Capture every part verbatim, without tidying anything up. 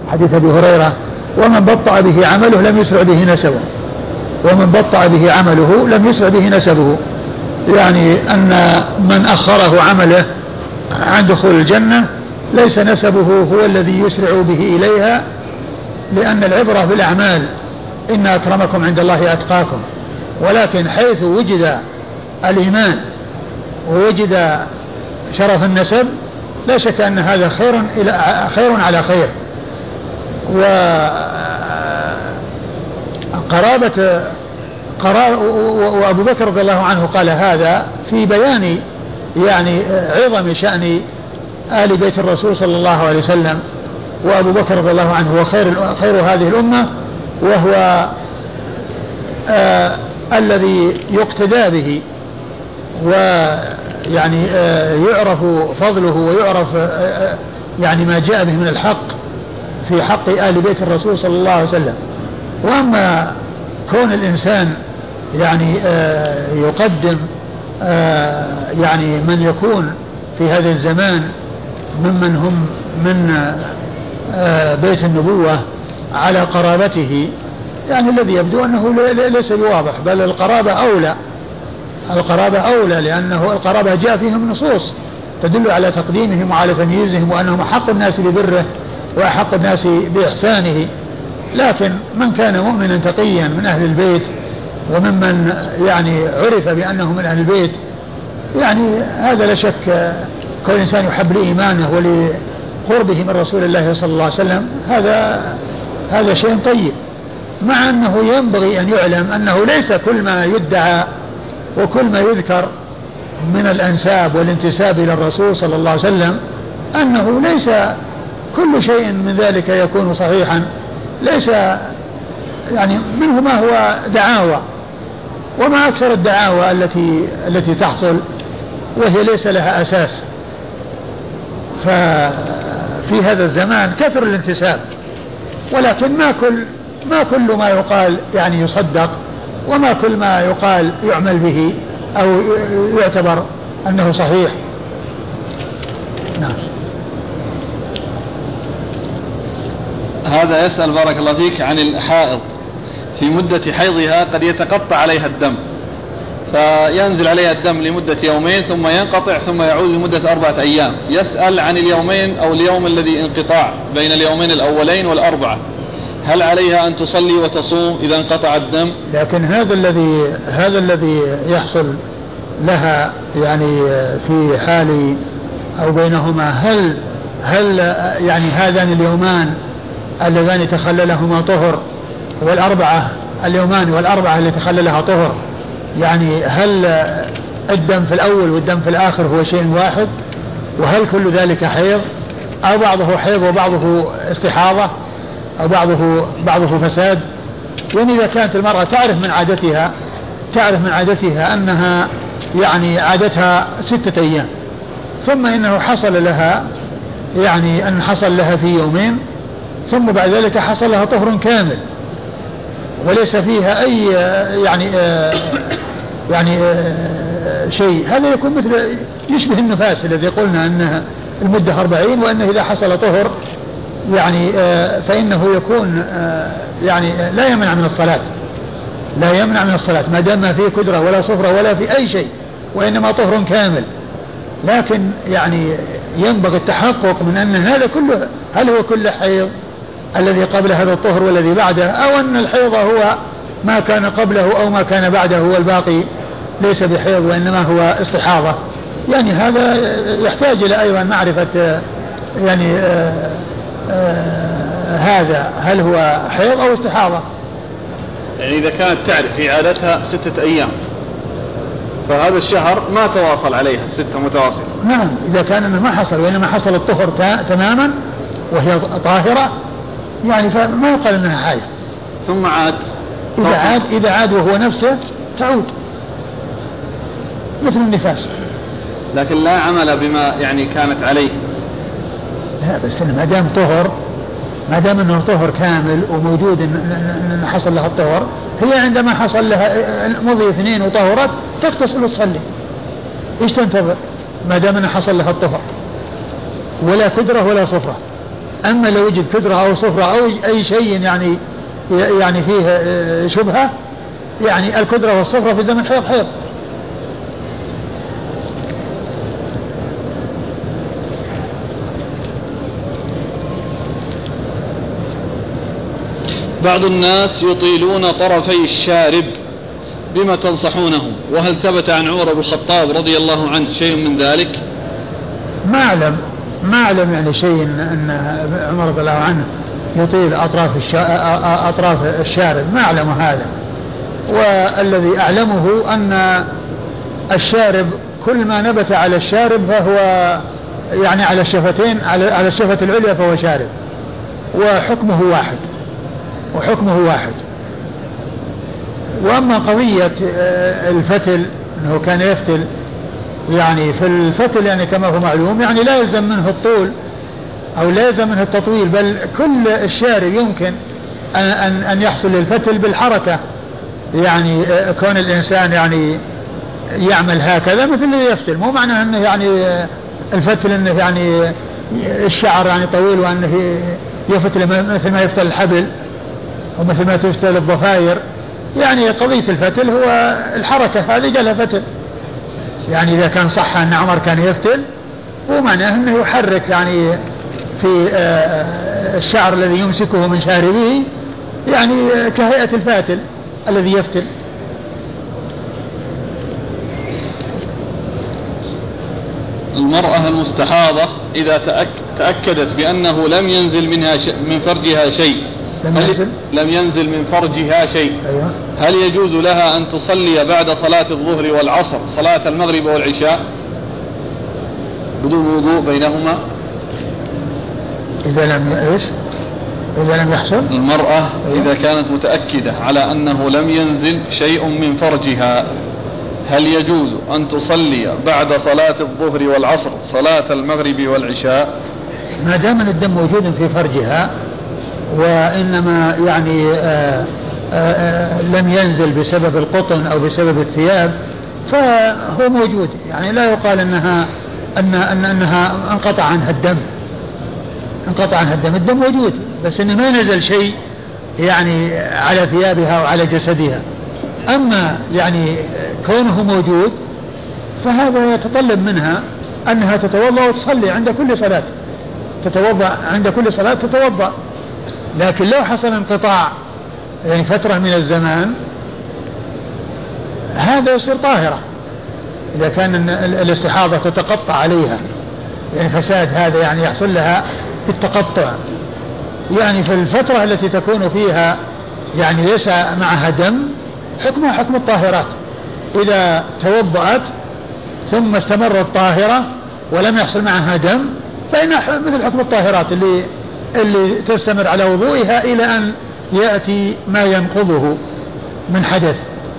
حديث أبي هريرة: ومن بطأ به عمله لم يسرع به نسبه. ومن بطأ به عمله لم يسرع به نسبه، يعني أن من أخره عمله عن دخول الجنة ليس نسبه هو الذي يسرع به إليها، لأن العبرة بالأعمال، إن أكرمكم عند الله أتقاكم. ولكن حيث وجد الإيمان ووجد شرف النسب لا شك أن هذا خير إلى خير على خير. وقرابة قرار وأبو بكر رضي الله عنه قال هذا في بيان يعني عظم شأن آل بيت الرسول صلى الله عليه وسلم. وأبو بكر رضي الله عنه هو خير, خير هذه الأمة، وهو آه الذي يقتدى به، ويعني آه يعرف فضله ويعرف آه يعني ما جاء به من الحق في حق آل بيت الرسول صلى الله عليه وسلم. وأما كون الإنسان يعني آه يقدم آه يعني من يكون في هذا الزمان ممن هم من آه بيت النبوة على قرابته، يعني الذي يبدو أنه ليس بواضح، بل القرابة أولى، القرابة أولى، لأنه القرابة جاء فيهم نصوص تدل على تقديمهم وعلى تمييزهم وأنهم أحق الناس ببره وأحق الناس بإحسانه. لكن من كان مؤمنا تقيا من أهل البيت وممن يعني عرف بأنه من أهل البيت، يعني هذا لا شك كل إنسان يحب لإيمانه ولقربه من رسول الله صلى الله عليه وسلم، هذا هذا شيء طيب، مع أنه ينبغي أن يعلم أنه ليس كل ما يدعى وكل ما يذكر من الأنساب والانتساب إلى الرسول صلى الله عليه وسلم أنه ليس كل شيء من ذلك يكون صحيحا، ليس يعني منه ما هو دعاوى، وما أكثر الدعاوى التي التي تحصل وهي ليس لها أساس. ففي هذا الزمان كثر الانتساب، ولكن ما كل ما كل ما يقال يعني يصدق، وما كل ما يقال يعمل به أو يعتبر أنه صحيح. نعم. هذا يسأل بارك الله فيك عن الحائض في مدة حيضها قد يتقطع عليها الدم، فينزل عليها الدم لمدة يومين ثم ينقطع ثم يعود لمدة أربعة أيام. يسأل عن اليومين أو اليوم الذي انقطاع بين اليومين الأولين والأربعة، هل عليها أن تصلي وتصوم إذا انقطع الدم؟ لكن هذا الذي هذا الذي يحصل لها يعني في حال أو بينهما، هل هل يعني هذان اليومان اللذان تخللهما طهر والأربعة اليومان والأربعة اللي تخللها طهر، يعني هل الدم في الأول والدم في الآخر هو شيء واحد، وهل كل ذلك حيض أو بعضه حيض وبعضه استحاضة أو بعضه بعضه فساد؟ يعني إذا كانت المرأة تعرف من عادتها تعرف من عادتها أنها يعني عادتها ستة أيام، ثم إنه حصل لها يعني أن حصل لها في يومين، ثم بعد ذلك حصل لها طهر كامل وليس فيها أي يعني آه يعني آه شيء، هذا يكون مثل يشبه النفاس الذي قلنا أنها المدة أربعين، وأنه إذا حصل طهر يعني آه فإنه يكون آه يعني آه لا يمنع من الصلاة، لا يمنع من الصلاة ما دام ما فيه كدرة ولا صفرة ولا في أي شيء، وإنما طهر كامل. لكن يعني ينبغي التحقق من أن هذا كله، هل هو كل حيض الذي قبل هذا الطهر والذي بعده، أو أن الحيض هو ما كان قبله أو ما كان بعده والباقي ليس بحيض وإنما هو استحاضة. يعني هذا يحتاج إلى أيضا معرفة يعني آآ آآ هذا هل هو حيض أو استحاضة. يعني إذا كانت تعرف في عادتها ستة أيام فهذا الشهر ما تواصل عليها الستة متواصلة. نعم، إذا كان أنه ما حصل وإنما حصل الطهر تماما وهي طاهرة يعني فما يقال أنها حائض. ثم عاد إذا عاد إذا عاد وهو نفسه تعود مثل النفاس، لكن لا عمل بما يعني كانت عليه. لا بس ما دام طهر، ما دام أنه طهر كامل وموجود أن حصل لها الطهر، هي عندما حصل لها مضي اثنين وطهرت تغتسل وتصلي، إيش تنتظر ما دام أنه حصل لها الطهر ولا كدرة ولا صفرة؟ أما لو وجد كدرة أو صفرة أو أي شيء يعني يعني فيه شبهة، يعني الكدرة والصفرة في زمن حيض حيض. بعض الناس يطيلون طرفي الشارب، بما تنصحونهم؟ وهل ثبت عن عمر بن الخطاب رضي الله عنه شيء من ذلك؟ ما أعلم ما أعلم يعني شيء أن عمر رضي الله عنه يطيل أطراف أطراف الشارب، ما أعلم هذا. والذي أعلمه أن الشارب كل ما نبت على الشارب فهو يعني على الشفتين، على الشفة العليا فهو شارب، وحكمه واحد وحكمه واحد. وأما قضية الفتل أنه كان يفتل، يعني في الفتل يعني كما هو معلوم يعني لا يلزم منه الطول أو لا يلزم منه التطويل، بل كل الشارب يمكن أن أن يحصل الفتل بالحركة، يعني كون الإنسان يعني يعمل هكذا مثل اللي يفتل، مو معنى أنه يعني الفتل أنه يعني الشعر يعني طويل وأنه يفتل مثل ما يفتل الحبل ومثل ما تفتل الضفائر. يعني قضية الفتل هو الحركة، هذه قالها فتل. يعني إذا كان صح أن عمر كان يفتل ومعناه أنه يحرك يعني في الشعر الذي يمسكه من شاربه، يعني كهيئة الفاتل الذي يفتل. المرأة المستحاضة إذا تأكدت بأنه لم ينزل منها من فرجها شيء لم ينزل, لم ينزل من فرجها شيء أيوة. هل يجوز لها أن تصلي بعد صلاة الظهر والعصر صلاة المغرب والعشاء بدون وضوء بينهما؟ إذا لم إيش إذا لم يحصل المرأة أيوة. إذا كانت متأكدة على أنه لم ينزل شيء من فرجها، هل يجوز أن تصلي بعد صلاة الظهر والعصر صلاة المغرب والعشاء ما دام الدم موجود في فرجها، وإنما يعني آآ آآ لم ينزل بسبب القطن أو بسبب الثياب فهو موجود، يعني لا يقال أنها أن أن أنها انقطع عنها الدم انقطع عنها الدم الدم موجود، بس إنه ما نزل شيء يعني على ثيابها وعلى جسدها. أما يعني كونه موجود فهذا يتطلب منها أنها تتوضأ وتصلي عند كل صلاة، تتوضأ عند كل صلاة تتوضأ. لكن لو حصل انقطاع يعني فترة من الزمان هذا يصير طاهرة، إذا كان الاستحاضة تتقطع عليها يعني فساد هذا يعني يحصل لها بالتقطع، يعني في الفترة التي تكون فيها يعني ليس معها دم حكمها حكم الطاهرات. إذا توضأت ثم استمرت طاهرة ولم يحصل معها دم فإنها مثل حكم الطاهرات اللي اللي تستمر على وضوئها إلى أن يأتي ما ينقضه من حدث.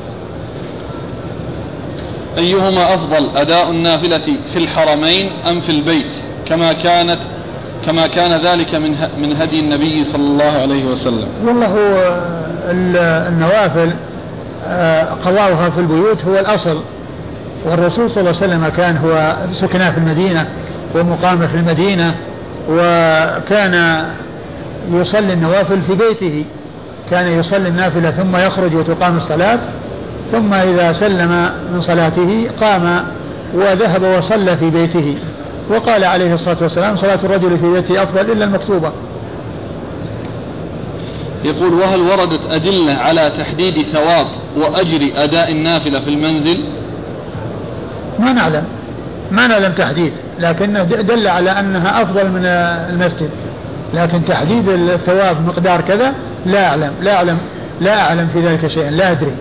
أيهما أفضل، أداء النافلة في الحرمين أم في البيت كما كانت كما كان ذلك من من هدي النبي صلى الله عليه وسلم؟ والله النوافل قضاؤها في البيوت هو الأصل، والرسول صلى الله عليه وسلم كان هو سكناه في المدينة ومقامه في المدينة، وكان يصلي النوافل في بيته، كان يصلي النافلة ثم يخرج وتقام الصلاة، ثم إذا سلم من صلاته قام وذهب وصلى في بيته. وقال عليه الصلاة والسلام صلاة الرجل في بيته أفضل إلا المكتوبة. يقول وهل وردت أدلة على تحديد ثواب وأجر أداء النافلة في المنزل؟ ما نعلم ما نعلم تحديد، لكن دل على أنها أفضل من المسجد، لكن تحديد الثواب مقدار كذا لا أعلم لا أعلم لا أعلم في ذلك شيئا، لا أدري.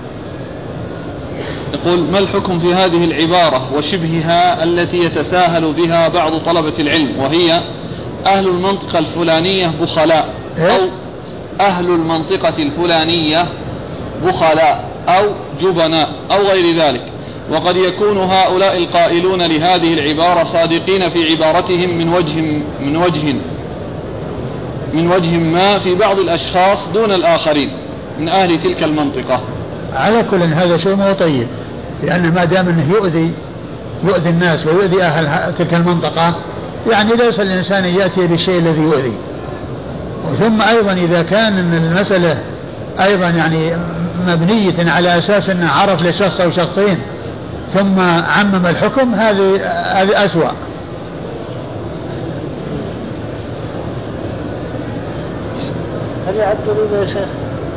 يقول ما الحكم في هذه العبارة وشبهها التي يتساهل بها بعض طلبة العلم، وهي أهل المنطقة الفلانية بخلاء أو أهل المنطقة الفلانية بخلاء أو جبناء أو غير ذلك، وقد يكون هؤلاء القائلون لهذه العبارة صادقين في عبارتهم من وجه من وجه من وجه ما في بعض الأشخاص دون الآخرين من أهل تلك المنطقة. على كل هذا شيء مو طيب، لأن ما دام أنه يؤذي يؤذي الناس ويؤذي أهل تلك المنطقة، يعني ليس الإنسان يأتي بالشيء الذي يؤذي، ثم أيضا إذا كان المسألة أيضا يعني مبنية على أساس أنه عرف لشخص أو شخصين ثم عمم الحكم، هذه هذه أسوأ. هل يعد ريبة يا شيخ؟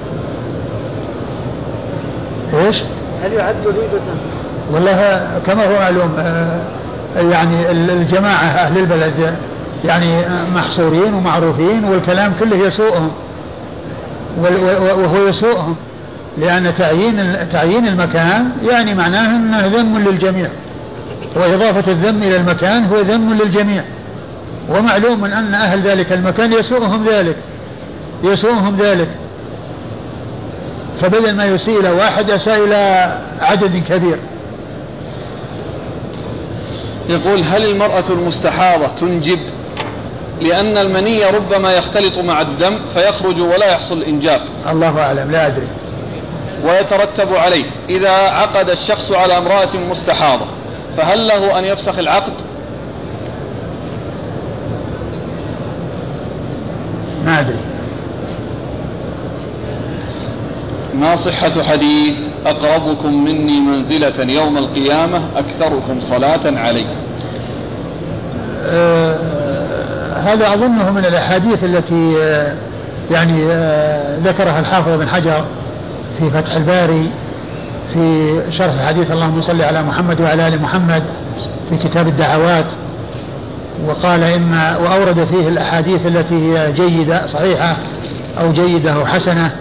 إيش؟ هل يعد ريبة؟ والله كما هو معلوم يعني الجماعة أهل البلد يعني محصورين ومعروفين، والكلام كله يسوءهم وهو يسوءهم، لأن تعيين تعيين المكان يعني معناه أنه ذم للجميع، وإضافة الذم إلى المكان هو ذم للجميع، ومعلوم أن أهل ذلك المكان يسوءهم ذلك يسوءهم ذلك فبدل ما يسيء إلى واحد يساء إلى عدد كبير. يقول: هل المرأة المستحاضة تنجب؟ لأن المني ربما يختلط مع الدم فيخرج ولا يحصل الإنجاب. الله أعلم، لا أدري. ويترتب عليه إذا عقد الشخص على امرأة مستحاضة فهل له أن يفسخ العقد؟ ما أدري. ما صحة حديث أقربكم مني منزلة يوم القيامة أكثركم صلاة علي؟ آه هذا أظنه من الأحاديث التي آه يعني آه ذكرها الحافظ بن حجر في فتح الباري في شرح حديث اللهم صل على محمد وعلى آل محمد في كتاب الدعوات، وقال إما وأورد فيه الأحاديث التي هي جيدة صحيحة أو جيدة أو حسنة،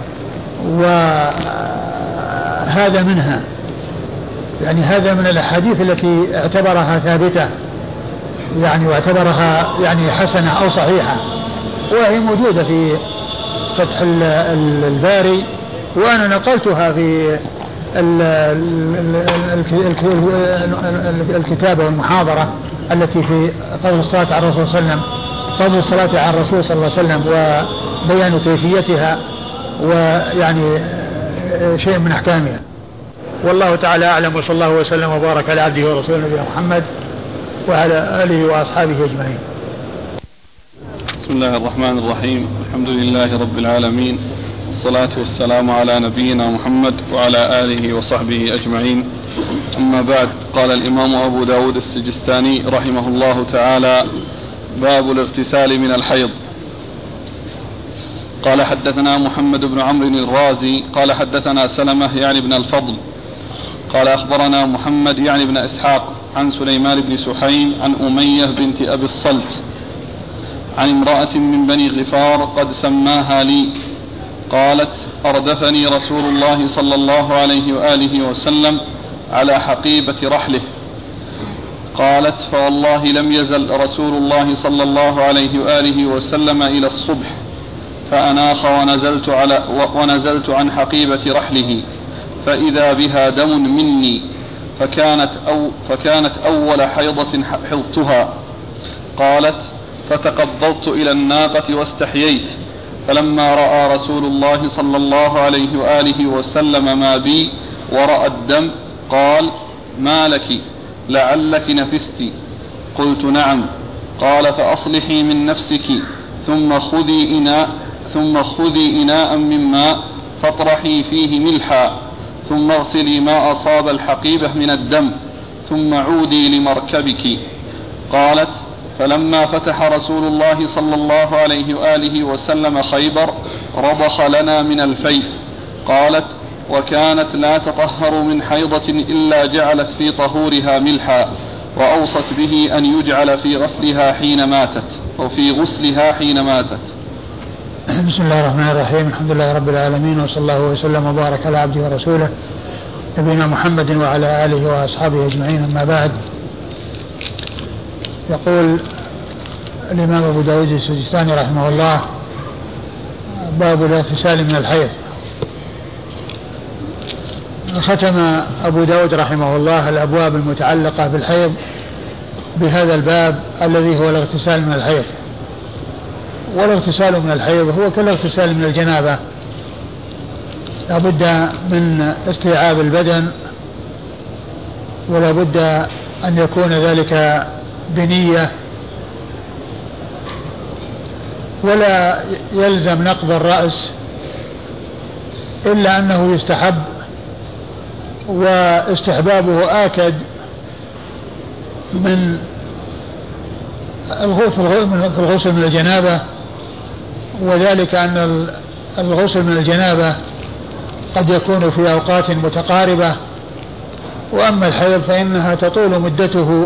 وهذا منها، يعني هذا من الأحاديث التي اعتبرها ثابتة يعني واعتبرها يعني حسنة أو صحيحة، وهي موجودة في فتح الباري، وأنا نقلتها في الكتابة والمحاضرة التي في فضل الصلاة على الرسول صلى الله عليه وسلم فضل الصلاة على الرسول صلى الله عليه وسلم وبيان كيفيتها ويعني شيء من أحكامها. والله تعالى أعلم، وصلى الله وسلم وبارك على عبده ورسوله نبينا محمد وعلى آله وأصحابه أجمعين. بسم الله الرحمن الرحيم. الحمد لله رب العالمين، والصلاة والسلام على نبينا محمد وعلى آله وصحبه أجمعين. أما بعد، قال الإمام أبو داود السجستاني رحمه الله تعالى: باب الاغتسال من الحيض. قال: حدثنا محمد بن عمرو الرازي قال حدثنا سلمة يعني بن الفضل قال أخبرنا محمد يعني بن إسحاق عن سليمان بن سحيم عن أمية بنت أبي الصلت عن امرأة من بني غفار قد سماها لي قالت: أردفني رسول الله صلى الله عليه وآله وسلم على حقيبة رحله. قالت: فوالله لم يزل رسول الله صلى الله عليه وآله وسلم إلى الصبح، فأناخ ونزلت, على ونزلت عن حقيبة رحله فإذا بها دم مني، فكانت, أو فكانت أول حيضة حضتها. قالت: فتقبضت إلى الناقة واستحييت، فلما رأى رسول الله صلى الله عليه وآله وسلم ما بي ورأى الدم قال: ما لك؟ لعلك نفست. قلت: نعم. قال: فأصلحي من نفسك ثم خذي إناء ثم خذي إناء من ماء فاطرحي فيه ملحا ثم اغسلي ما أصاب الحقيبة من الدم ثم عودي لمركبك. قالت: فلما فتح رسول الله صلى الله عليه وآله وسلم خيبر رضخ لنا من الفيء. قالت: وكانت لا تطهر من حيضة إلا جعلت في طهورها ملحا، وأوصت به أن يجعل في غسلها حين ماتت وفي غسلها حين ماتت. بسم الله الرحمن الرحيم. الحمد لله رب العالمين، وصلى الله وسلم وبارك على عبده ورسوله نبينا محمد وعلى آله وأصحابه أجمعين. أما بعد، يقول الإمام أبو داود السجستاني رحمه الله: باب الاغتسال من الحيض. ختم أبو داود رحمه الله الأبواب المتعلقة بالحيض بهذا الباب الذي هو الاغتسال من الحيض. والاغتسال من الحيض هو كالاغتسال من الجنابة، لا بد من استيعاب البدن، ولا بد أن يكون ذلك بنية، ولا يلزم نقض الرأس، إلا أنه يستحب، واستحبابه آكد من الغسل من الجنابة، وذلك أن الغسل من الجنابة قد يكون في أوقات متقاربة، وأما الحيض فإنها تطول مدته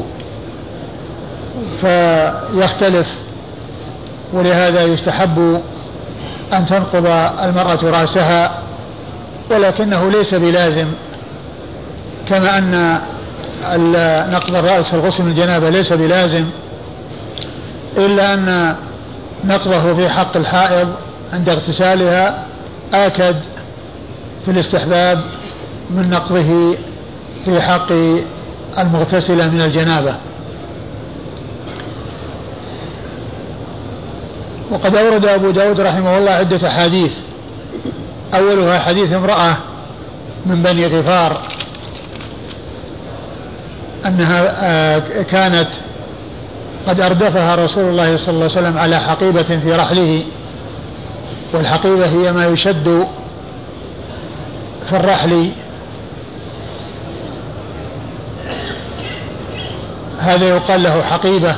فيختلف، ولهذا يستحب أن تنقض المرأة رأسها، ولكنه ليس بلازم، كما أن نقض الرأس في الغسل من الجنابة ليس بلازم، إلا أن نقضه في حق الحائض عند اغتسالها آكد في الاستحباب من نقضه في حق المغتسلة من الجنابة. وقد أورد أبو داود رحمه الله عدة حديث، أولها حديث امرأة من بني غفار أنها كانت قد أردفها رسول الله صلى الله عليه وسلم على حقيبة في رحله، والحقيبة هي ما يشد في الرحل، هذا يقال له حقيبة،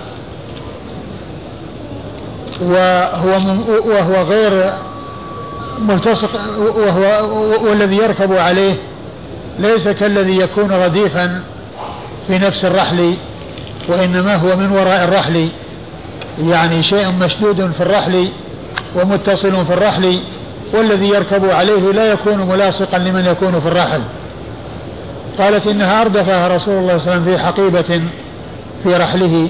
وهو وهو غير ملتصق، وهو والذي يركب عليه ليس كالذي يكون رديفا في نفس الرحل، وإنما هو من وراء الرحل، يعني شيء مشدود في الرحل ومتصل في الرحل، والذي يركب عليه لا يكون ملاصقا لمن يكون في الرحل. قالت إنها أردفها رسول الله صلى الله عليه وسلم في حقيبة في رحله،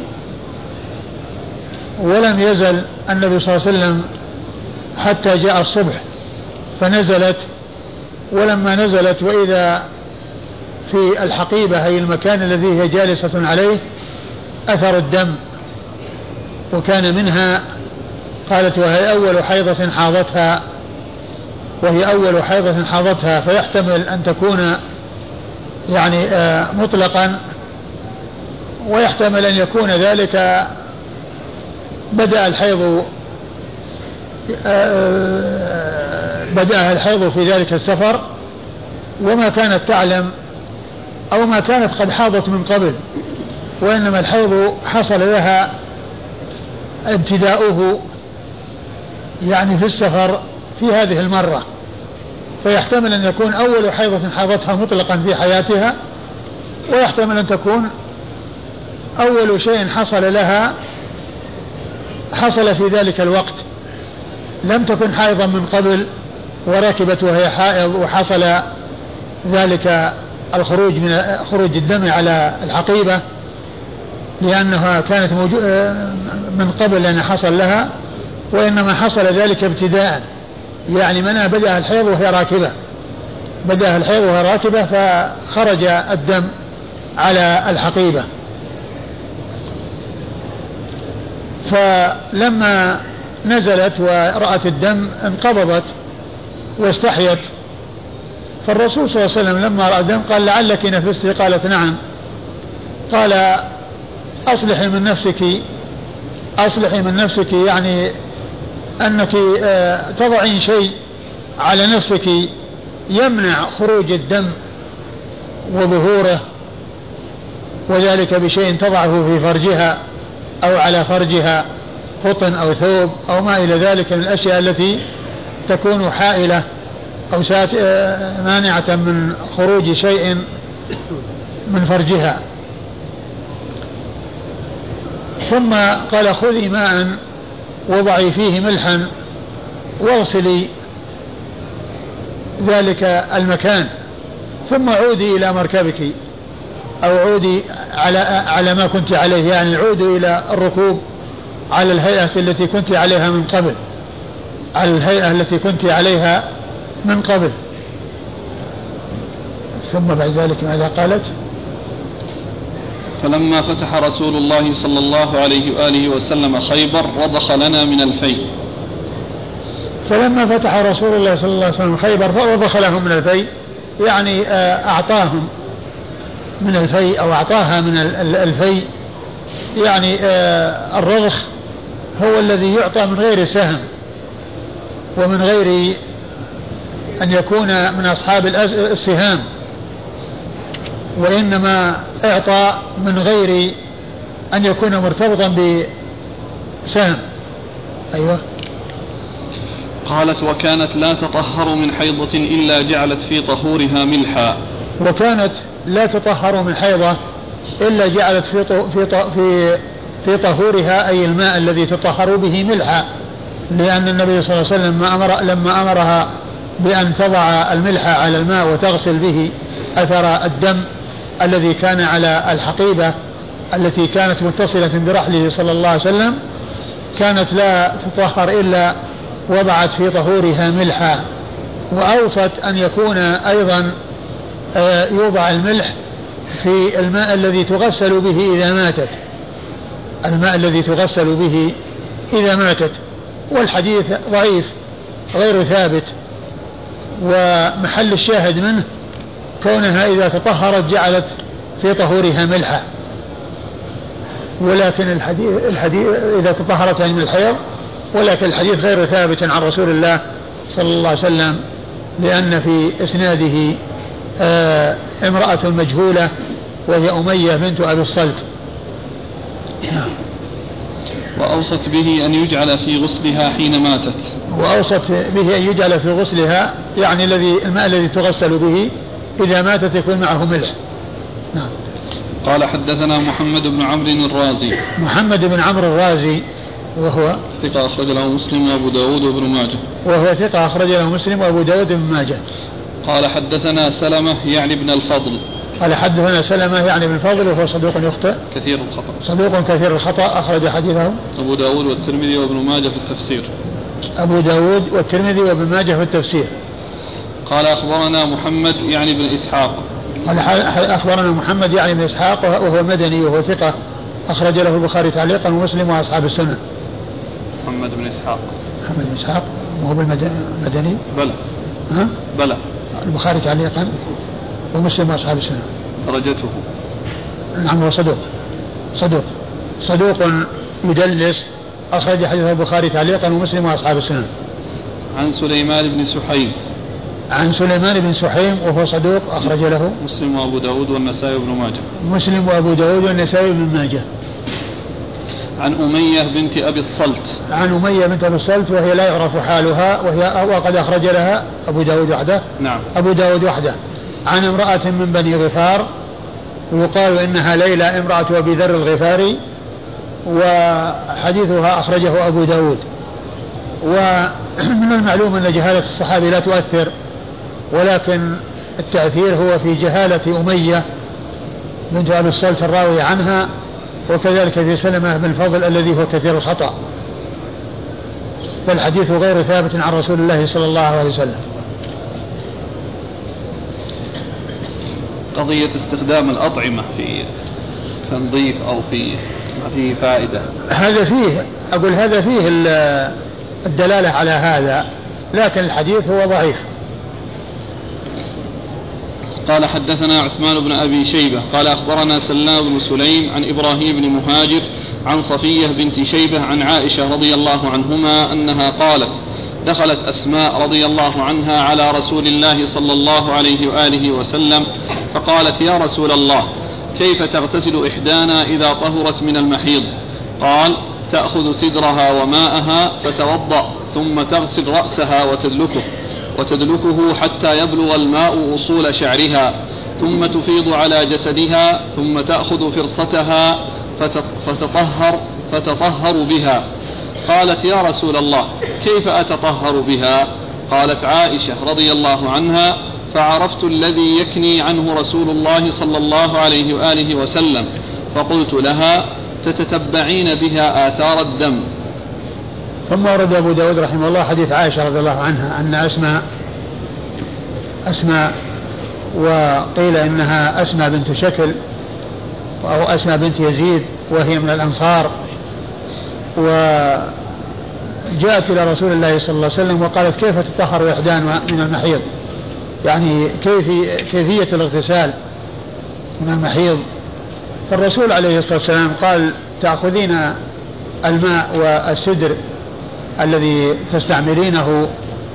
ولم يزل النبي صلى الله عليه وسلم حتى جاء الصبح فنزلت، ولما نزلت وإذا في الحقيبة أي المكان الذي هي جالسة عليه أثر الدم، وكان منها، قالت وهي أول حيضة حاضتها، وهي أول حيضة حاضتها، فيحتمل أن تكون يعني مطلقا، ويحتمل أن يكون ذلك بدأ الحيض بدأ الحيض في ذلك السفر، وما كانت تعلم أو ما كانت قد حاضت من قبل، وإنما الحيض حصل لها ابتداؤه يعني في السفر في هذه المرة، فيحتمل أن يكون أول حيضة حاضتها مطلقا في حياتها، ويحتمل أن تكون أول شيء حصل لها حصل في ذلك الوقت، لم تكن حائضا من قبل وركبت وهي حائض وحصل ذلك الخروج من خروج الدم على الحقيبة، لأنها كانت من قبل أن حصل لها، وإنما حصل ذلك ابتداء، يعني منها بدأ الحيض وهي راكبة بدأ الحيض وهي راكبة فخرج الدم على الحقيبة. فلما نزلت ورأت الدم انقبضت واستحيت، فالرسول صلى الله عليه وسلم لما رأى الدم قال لعلك نفستي؟ قالت نعم. قال أصلحي من نفسك أصلحي من نفسك يعني أنك تضعين شيء على نفسك يمنع خروج الدم وظهوره، وذلك بشيء تضعه في فرجها أو على فرجها، قطن أو ثوب أو ما إلى ذلك من الأشياء التي تكون حائلة أو مانعة من خروج شيء من فرجها. ثم قال خذي ماء وضعي فيه ملحا واغسلي ذلك المكان، ثم عودي إلى مركبك أو عودي على على ما كنت عليه، يعني عودي إلى الركوب على الهيئة التي كنت عليها من قبل على الهيئة التي كنت عليها من قبل. ثم بعد ذلك ماذا قالت؟ فلما فتح رسول الله صلى الله عليه وآله وسلم خيبر رضخ لنا من الفيء. فلما فتح رسول الله صلى الله عليه وسلم خيبر فرضخ لهم من الفيء، يعني أعطاهم من الفيء أو أعطاها من الفيء، يعني الرضخ هو الذي يعطى من غير سهم ومن غير أن يكون من أصحاب السهام، وإنما إعطى من غير أن يكون مرتبطا بسهم. أيوة. قالت وكانت لا تطهر من حيضة إلا جعلت في طهورها ملحا. وكانت لا تطهر من حيضة إلا جعلت في في في في طهورها أي الماء الذي تطهر به ملحا، لأن النبي صلى الله عليه وسلم ما أمر لما أمرها بأن تضع الملح على الماء وتغسل به أثر الدم الذي كان على الحقيبة التي كانت متصلة برحله صلى الله عليه وسلم، كانت لا تطهر إلا وضعت في طهورها ملحا. وأوصت أن يكون أيضا يوضع الملح في الماء الذي تغسل به إذا ماتت، الماء الذي تغسل به إذا ماتت. والحديث ضعيف غير ثابت، ومحل الشاهد منه كونها إذا تطهرت جعلت في طهورها ملحا، ولكن الحديث, الحديث إذا تطهرت من الحيض، ولكن الحديث غير ثابت عن رسول الله صلى الله عليه وسلم، لأن في إسناده آه امرأة مجهولة وهي أمية بنت أبي الصلت. وأوصت به أن يجعل في غسلها حين ماتت. وأوصت به أن يجعل في غسلها، يعني الذي الماء الذي تغسل به إذا ماتت يكون معه ملح. نعم. قال حدثنا محمد بن عمرو الرازي. محمد بن عمرو الرازي وهو ثقة أخرج له مسلم وأبو داود وابن ماجه. وهو ثقة أخرج له مسلم وأبو داود وابن ماجه. قال حدثنا سلمة يعني ابن الفضل. قال حدثنا سلمة يعني ابن الفضل وهو صدوق يخطئ كثير الخطأ. صدوق كثير الخطأ أخرج حديثه أبو داود والترمذي وابن ماجه في التفسير. أبو داود والترمذي وابن ماجه في التفسير. قال أخبرنا محمد يعني ابن إسحاق. قال أخبرنا محمد يعني ابن إسحاق وهو مدني وهو ثقة أخرج له البخاري تعليقا ومسلم وأصحاب السنن. محمد بن إسحاق. محمد بن إسحاق وهو بالمدني. بلى. ها؟ بلى. البخاري تعليقا ومسلم وأصحاب السنن. درجته. نعم هو صدوق صدوق صدوق يدلس أخرج حديث البخاري تعليقا ومسلم وأصحاب السنن. عن سليمان بن سحيم. عن سليمان بن سحيم وهو صدوق أخرج له مسلم وأبو داود والنسائي وابن ماجه. مسلم وأبو داود والنسائي وابن ماجه. عن أمية بنت أبي الصلت. عن أمية بنت أبي الصلت وهي لا يعرف حالها، وهي وقد أخرج لها أبو داود وحده. نعم. أبو داود وحده. عن امرأة من بني غفار ويقال إنها ليلى امرأة أبي ذر الغفاري، وحديثها أخرجه أبو داود. ومن المعلوم أن جهالة الصحابي لا تؤثر، ولكن التأثير هو في جهالة أمية بنت أبي الصلت الراوي عنها، وكذلك في سلمة بن الفضل الذي هو كثير الخطأ. فالحديث غير ثابت عن رسول الله صلى الله عليه وسلم. قضية استخدام الأطعمة في تنظيف أو في ما فيه فائدة، هذا فيه أقول هذا فيه الدلالة على هذا، لكن الحديث هو ضعيف. قال حدثنا عثمان بن أبي شيبة قال أخبرنا سلام بن سليم عن إبراهيم بن مهاجر عن صفية بنت شيبة عن عائشة رضي الله عنهما أنها قالت دخلت أسماء رضي الله عنها على رسول الله صلى الله عليه وآله وسلم فقالت يا رسول الله كيف تغتسل إحدانا إذا طهرت من المحيض؟ قال تأخذ سدرها وماءها فتوضأ ثم تغسل رأسها وتدلكه وتدلكه حتى يبلغ الماء أصول شعرها ثم تفيض على جسدها ثم تأخذ فرصتها فتطهر فتطهر بها. قالت يا رسول الله كيف أتطهر بها؟ قالت عائشة رضي الله عنها فعرفت الذي يكني عنه رسول الله صلى الله عليه وآله وسلم فقلت لها تتتبعين بها آثار الدم. ثم ورد أبو داود رحمه الله حديث عائشة رضي الله عنها أن أسماء أسماء وقيل إنها أسماء بنت شكل أو أسماء بنت يزيد وهي من الأنصار، وجاءت إلى رسول الله صلى الله عليه وسلم وقالت كيف تطهر إحدان من المحيض، يعني كيف كيفية الاغتسال من المحيض. فالرسول عليه الصلاة والسلام قال تأخذين الماء والسدر الذي تستعملينه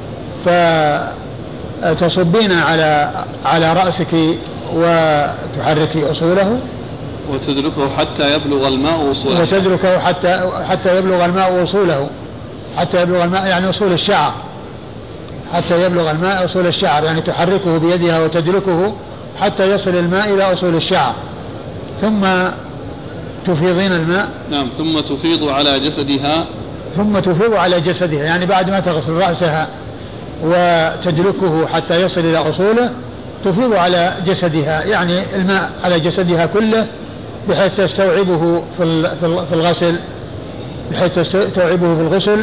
فتصبين على على رأسك وتحركي أصوله وتدركه حتى يبلغ الماء أصوله وتدركه حتى حتى يبلغ الماء أصوله حتى يبلغ الماء يعني أصول الشعر حتى يبلغ الماء أصول الشعر يعني تحركه بيدها وتدركه حتى يصل الماء إلى أصول الشعر ثم تفيضين الماء نعم ثم تفيض على جسدها ثم تفيض على جسدها يعني بعد ما تغسل رأسها وتدركه حتى يصل إلى أصوله تفيض على جسدها يعني الماء على جسدها كله بحيث تستوعبه في الغسل بحيث تستوعبه في الغسل.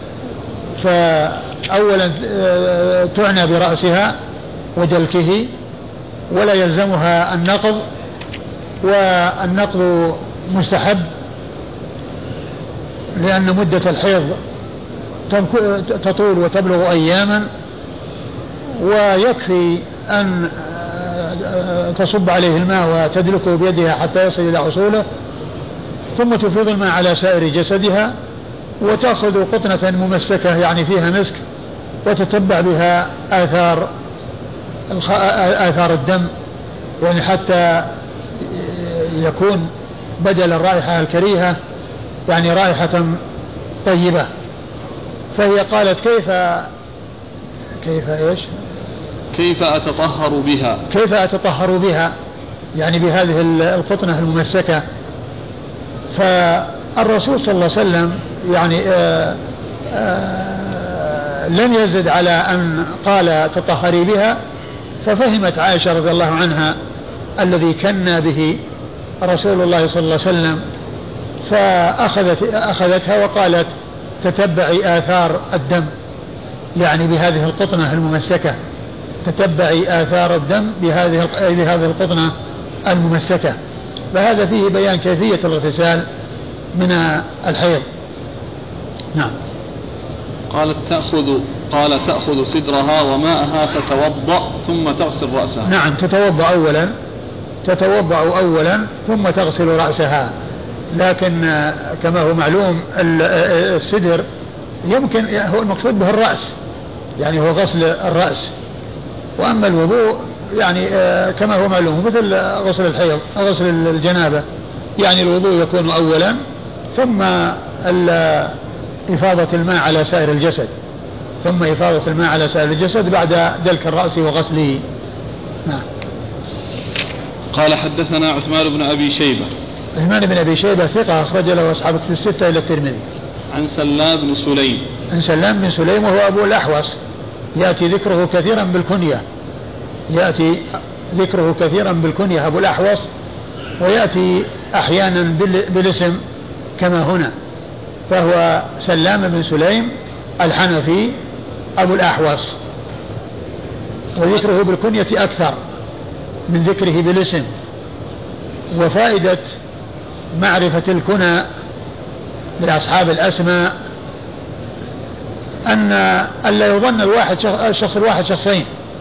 فأولا تعنى برأسها ودلكه ولا يلزمها النقض والنقض مستحب لأن مدة الحيض تطول وتبلغ أياما ويكفي أن تصب عليه الماء وتدلكه بيدها حتى يصل إلى أصوله ثم تفيض الماء على سائر جسدها وتأخذ قطنة ممسكة يعني فيها مسك وتتبع بها آثار آثار الدم يعني حتى يكون بدل الرائحة الكريهة يعني رائحة طيبة. فهي قالت كيف كيف إيش كيف أتطهر بها كيف أتطهر بها يعني بهذه القطنة الممسكة. فالرسول صلى الله عليه وسلم يعني آآ آآ لم يزد على أن قال تطهري بها ففهمت عائشة رضي الله عنها الذي كنا به رسول الله صلى الله عليه وسلم فأخذت أخذتها وقالت تتبعي آثار الدم يعني بهذه القطنة الممسكة تتبعي آثار الدم بهذه بهذه القطنة الممسكة. فهذا فيه بيان كيفية الاغتسال من الحيض. نعم. قالت تأخذ قال تأخذ صدرها وماءها تتوضأ ثم تغسل رأسها. نعم تتوضأ أولا تتوضأ أولا ثم تغسل رأسها لكن كما هو معلوم الصدر يمكن هو المقصود به الرأس يعني هو غسل الرأس وأما الوضوء يعني كما هو معلوم مثل غسل الحيض غسل الجنابة يعني الوضوء يكون أولا ثم إفاضة الماء على سائر الجسد ثم إفاضة الماء على سائر الجسد بعد دلك الرأس وغسله. نعم. قال حدثنا عثمان بن أبي شيبة عثمان بن أبي شيبة ثقة أخرج له أصحاب كتب الستة إلى الترمذي. عن سلام بن سليم عن سلام بن سليم وهو أبو الأحوص يأتي ذكره كثيرا بالكنية يأتي ذكره كثيرا بالكنية أبو الأحوص ويأتي أحيانا بالاسم كما هنا فهو سلام بن سليم الحنفي أبو الأحوص وذكره بالكنية أكثر من ذكره بالاسم. وفائدة معرفة الكنى لأصحاب الأسماء أن ألا يظن الواحد الشخص الواحد شخصين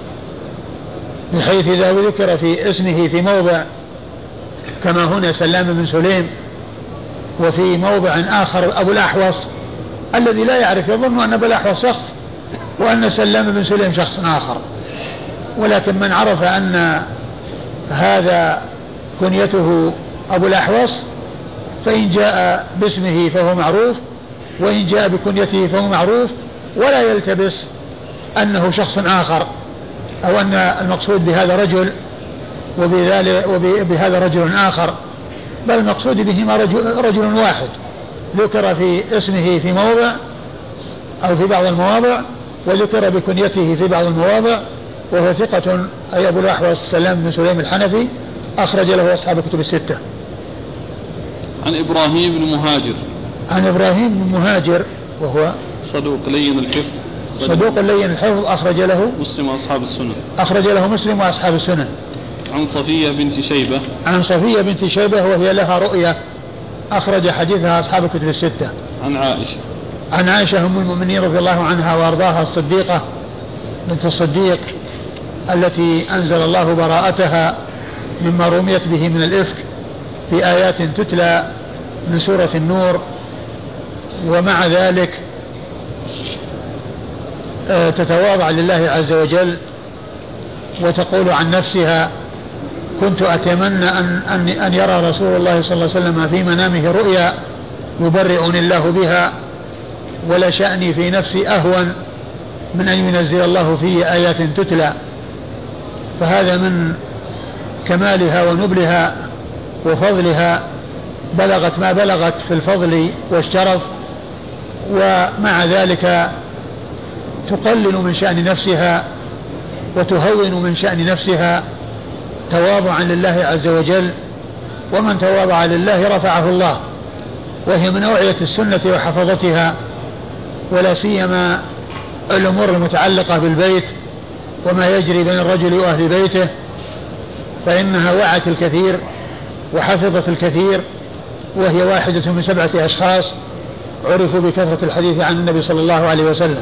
بحيث إذا ذكر في اسمه في موضع كما هنا سلام بن سليم وفي موضع آخر أبو الأحوص الذي لا يعرف يظن أن أبو الأحوص شخص وأن سلام بن سليم شخص آخر ولكن من عرف أن هذا كنيته أبو الأحوص فإن جاء باسمه فهو معروف وإن جاء بكنيته فهو معروف ولا يلتبس أنه شخص آخر أو أن المقصود بهذا رجل وبهذا رجل آخر بل المقصود بهما رجل, رجل واحد ذكر في اسمه في موضع أو في بعض المواضع وذكر بكنيته في بعض المواضع وهو ثقة أي أبو الأحوص سلام بن سليم الحنفي أخرج له أصحاب كتب الستة. عن إبراهيم بن مهاجر عن إبراهيم بن مهاجر وهو صدوق لين الحفظ صدوق لين الحفظ أخرج له مسلم وأصحاب السنن أخرج له مسلم وأصحاب السنن. عن صفية بنت شيبة عن صفية بنت شيبة وهي لها رؤية أخرج حديثها أصحاب كتب الستة. عن عائشة عن عائشة أم المؤمنين رضي الله عنها وأرضاها الصديقة بنت الصديق التي أنزل الله براءتها مما رميت به من الإفك في آيات تتلى من سورة النور ومع ذلك تتواضع لله عز وجل وتقول عن نفسها كنت أتمنى أن, أن, أن يرى رسول الله صلى الله عليه وسلم في منامه رؤيا يبرئني الله بها، ولا شأني في نفسي أهون من أن ينزل الله فيه آيات تتلى. فهذا من كمالها ونبلها وفضلها، بلغت ما بلغت في الفضل والشرف، ومع ذلك تقلل من شأن نفسها وتهون من شأن نفسها تواضعا لله عز وجل. ومن تواضع لله رفعه الله، وهي من أوعية السنة وحفظتها، ولا سيما الأمور المتعلقة بالبيت وما يجري بين الرجل وأهل بيته، فإنها وعت الكثير وحفظت الكثير، وهي واحدة من سبعة أشخاص عرفوا بكثرة الحديث عن النبي صلى الله عليه وسلم.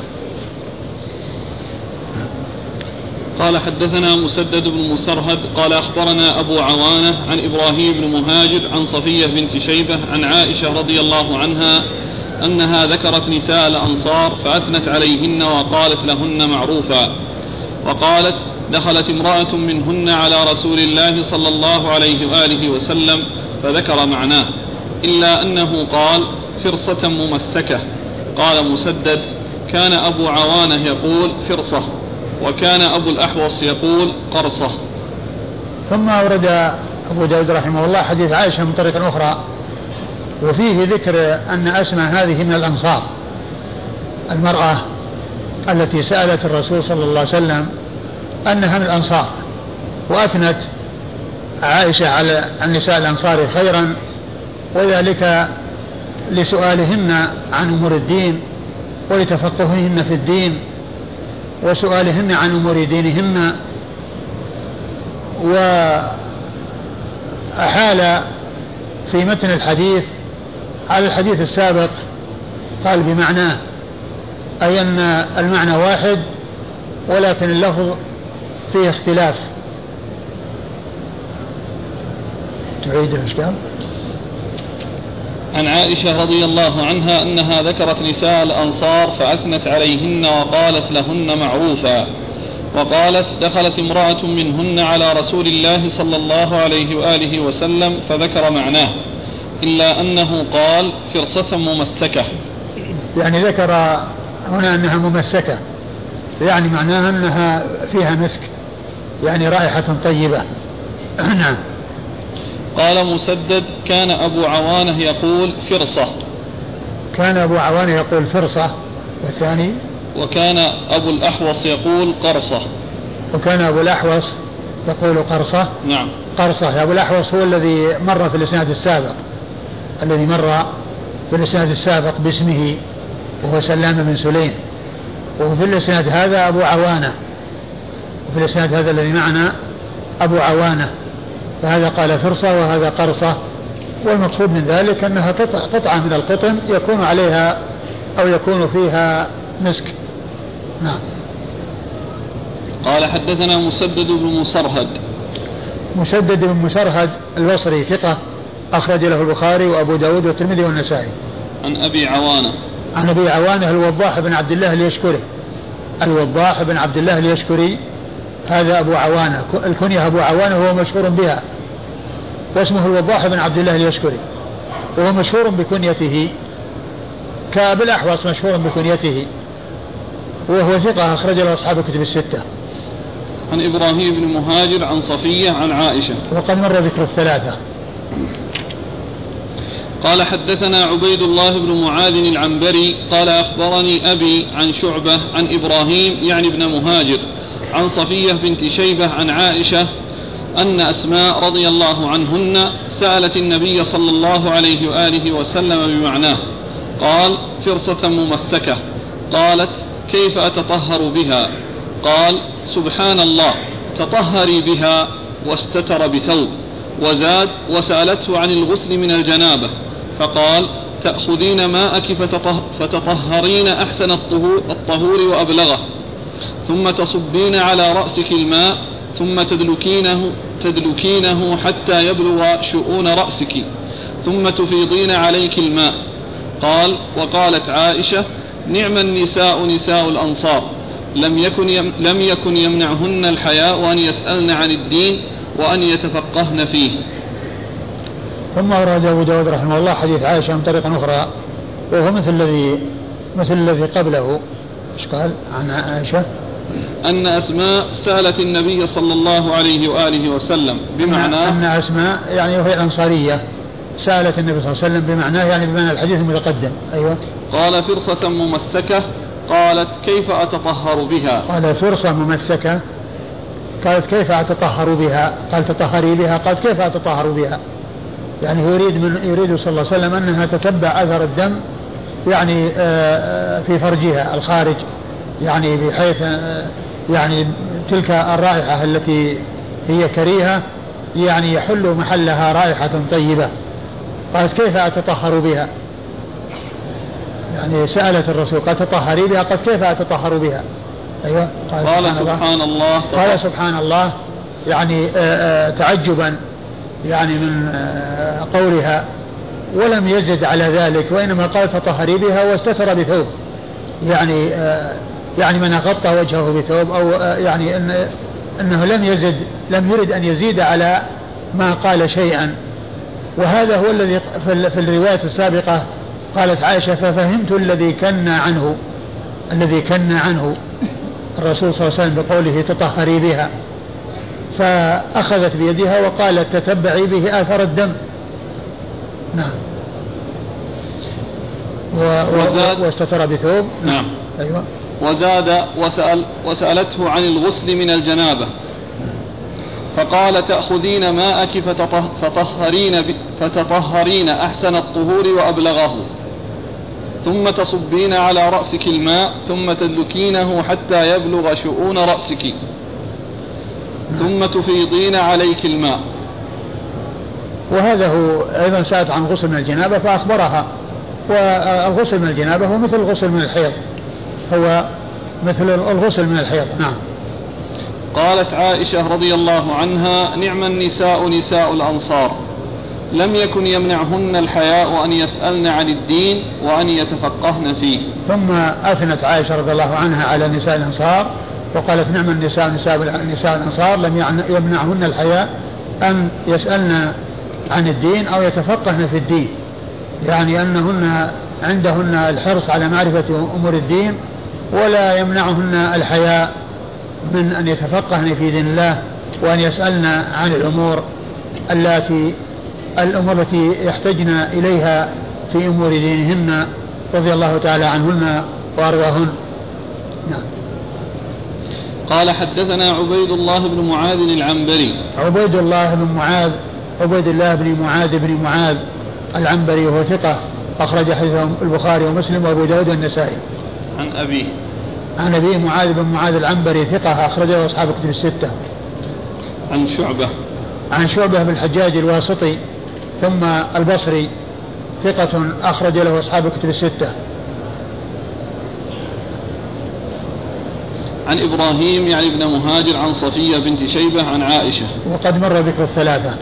قال حدثنا مسدد بن مسرهد قال أخبرنا أبو عوانة عن إبراهيم بن مهاجر عن صفية بنت شيبة عن عائشة رضي الله عنها أنها ذكرت نساء الأنصار فأثنت عليهن وقالت لهن معروفا، وقالت دخلت امرأة منهن على رسول الله صلى الله عليه وآله وسلم فذكر معناه، إلا أنه قال فرصة ممسكة. قال مسدد كان أبو عوانة يقول فرصة، وكان أبو الأحوص يقول قرصة. ثم أورد أبو داود رحمه الله حديث عائشة من طريق أخرى، وفيه ذكر أن أسماء هذه من الأنصار، المرأة التي سألت الرسول صلى الله عليه وسلم أنها من الأنصار، وأثنت عائشة على النساء الأنصار خيرا، وذلك لسؤالهن عن أمور الدين ولتفقههن في الدين وسؤالهن عن أمور دينهن. وأحال في متن الحديث على الحديث السابق، قال بمعناه، أي أن المعنى واحد ولكن اللفظ فيه اختلاف. تعيد ايش قال؟ عن عائشة رضي الله عنها أنها ذكرت نساء الأنصار فأثنت عليهن وقالت لهن معروفا، وقالت دخلت امرأة منهن على رسول الله صلى الله عليه وآله وسلم فذكر معناه، إلا أنه قال فرصة ممسكة. يعني ذكر هنا أنها ممسكة، يعني معناها أنها فيها مسك، يعني رائحة طيبة. نعم. قال مسدد كان أبو عوانة يقول فرصة. كان أبو عوانة يقول فرصة، والثاني وكان أبو الأحوص يقول قرصة. وكان أبو الأحوص يقول قرصة. نعم. قرصة. أبو الأحوص هو الذي مر في الإسناد السابق، الذي مر في الإسناد السابق باسمه، وهو سلام بن سليم، وفي الإسناد هذا أبو عوانة، وفي الإسناد هذا الذي معنا أبو عوانة، فهذا قال فرصة وهذا قرصة، والمقصود من ذلك أنها قطعة من القطن يكون عليها أو يكون فيها مسك. نعم. قال حدثنا مسدد بن مسرهد. مسدد بن مسرهد البصري ثقة أخرج له البخاري وأبو داود والترمذي والنسائي. عن أبي عوانة. عن أبي عوانة الوضاح بن عبد الله اليشكري. الوضاح بن عبد الله اليشكري هذا أبو عوانة، الكنية أبو عوانة وهو مشهور بها، واسمه الوضاح بن عبد الله اليشكري، وهو مشهور بكنيته كأبي الأحوص مشهور بكنيته، وهو ثقة أخرج له أصحاب الكتب الستة. عن إبراهيم بن مهاجر عن صفية عن عائشة، وقد مر ذكر الثلاثة. قال حدثنا عبيد الله بن معاذ العنبري قال أخبرني أبي عن شعبة عن إبراهيم يعني ابن مهاجر عن صفية بنت شيبة عن عائشة أن أسماء رضي الله عنهن سألت النبي صلى الله عليه وآله وسلم بمعناه، قال فرصة ممسكة. قالت كيف أتطهر بها؟ قال سبحان الله تطهري بها، واستتر بثوب. وزاد وسألته عن الغسل من الجنابة فقال تأخذين ماءك فتطهرين أحسن الطهور وأبلغه، ثم تصبين على رأسك الماء ثم تدلكينه, تدلكينه حتى يبلغ شؤون رأسك، ثم تفيضين عليك الماء، قال: وقالت عائشة: نعم النساء نساء الأنصار، لم يكن, يم لم يكن يمنعهن الحياء أن يسألن عن الدين وأن يتفقهن فيه. ثم أورد أبو داود رحمه الله حديث عائشة من طريق أخرى وهو مثل الذي مثل الذي قبله. ايش قال عن عائشة؟ أن أسماء سألت النبي صلى الله عليه وآله وسلم بمعنى أن أسماء يعني وهي الأنصارية سألت النبي صلى الله عليه وسلم بمعناه يعني بمعنى الحديث المتقدم. أيوة. قال: فرصة ممسكة، قالت: كيف أتطهر بها؟ قال: فرصة ممسكة، قالت: كيف أتطهر بها؟ قال: تطهري بها. قالت: كيف أتطهر بها؟ يعني يريد من يريد صلى الله عليه وسلم أنها تتبع أثر الدم يعني في فرجها الخارج، يعني بحيث يعني تلك الرائحة التي هي كريهة يعني يحل محلها رائحة طيبة. قالت: كيف أتطهر بها؟ يعني سألت الرسول قال: تطهري بها. قال: كيف أتطهر بها؟ أيوة. قال: قال سبحان, سبحان الله. قال: سبحان الله، يعني تعجبا يعني من قولها، ولم يزد على ذلك، وإنما قال: تطهري بها، واستتر بثوب، يعني يعني من غطى وجهه بثوب، أو يعني إن أنه لم يزد لم يرد أن يزيد على ما قال شيئا. وهذا هو الذي في الرواية السابقة قالت عائشة: ففهمت الذي كنا عنه الذي كنا عنه الرسول صلى الله عليه وسلم بقوله: تطهري بها، فأخذت بيدها وقالت: تتبعي به آثار الدم. نعم. واستتر بثوب. نعم. أيوة. وزاد وسأل وسألته عن الغسل من الجنابة، فقال: تأخذين ماءك فتطهرين, فتطهرين أحسن الطهور وأبلغه، ثم تصبين على رأسك الماء، ثم تدلكينه حتى يبلغ شؤون رأسك، ثم تفيضين عليك الماء. وهذا هو أيضا سألت عن غسل من الجنابة فأخبرها. والغسل من الجنابة هو مثل الغسل من الحيض، هو مثل الغسل من الحيض. نعم. قالت عائشة رضي الله عنها: نعم النساء نساء الأنصار، لم يكن يمنعهن الحياء أن يسألن عن الدين وأن يتفقهن فيه. ثم أثنت عائشة رضي الله عنها على نساء الأنصار وقالت: نعم النساء نساء, نساء الأنصار لم يمنعهن الحياء أن يسألن عن الدين أو يتفقهن في الدين، يعني أنهن عندهن الحرص على معرفة أمور الدين، ولا يمنعهن الحياء من أن يتفقهن في دين الله وأن يسألن عن الأمور التي الأمور التي يحتجن إليها في أمور دينهن رضي الله تعالى عنهن وأرضاهن. نعم. قال: حدثنا عبيد الله بن معاذ العنبري. عبيد الله بن معاذ عبيد الله بن معاذ بن معاذ العنبري وهو ثقة، أخرج حديثه البخاري ومسلم وأبو داود والنسائي. عن أبيه عن أبيه معاذ بن معاذ العنبري ثقة، أخرجه أصحاب كتب الستة. عن شعبة عن شعبة بن الحجاج الواسطي ثم البصري، ثقة أخرج له أصحاب كتب الستة. عن إبراهيم يعني ابن مهاجر عن صفية بنت شيبة عن عائشة، وقد مر ذكر الثلاثة.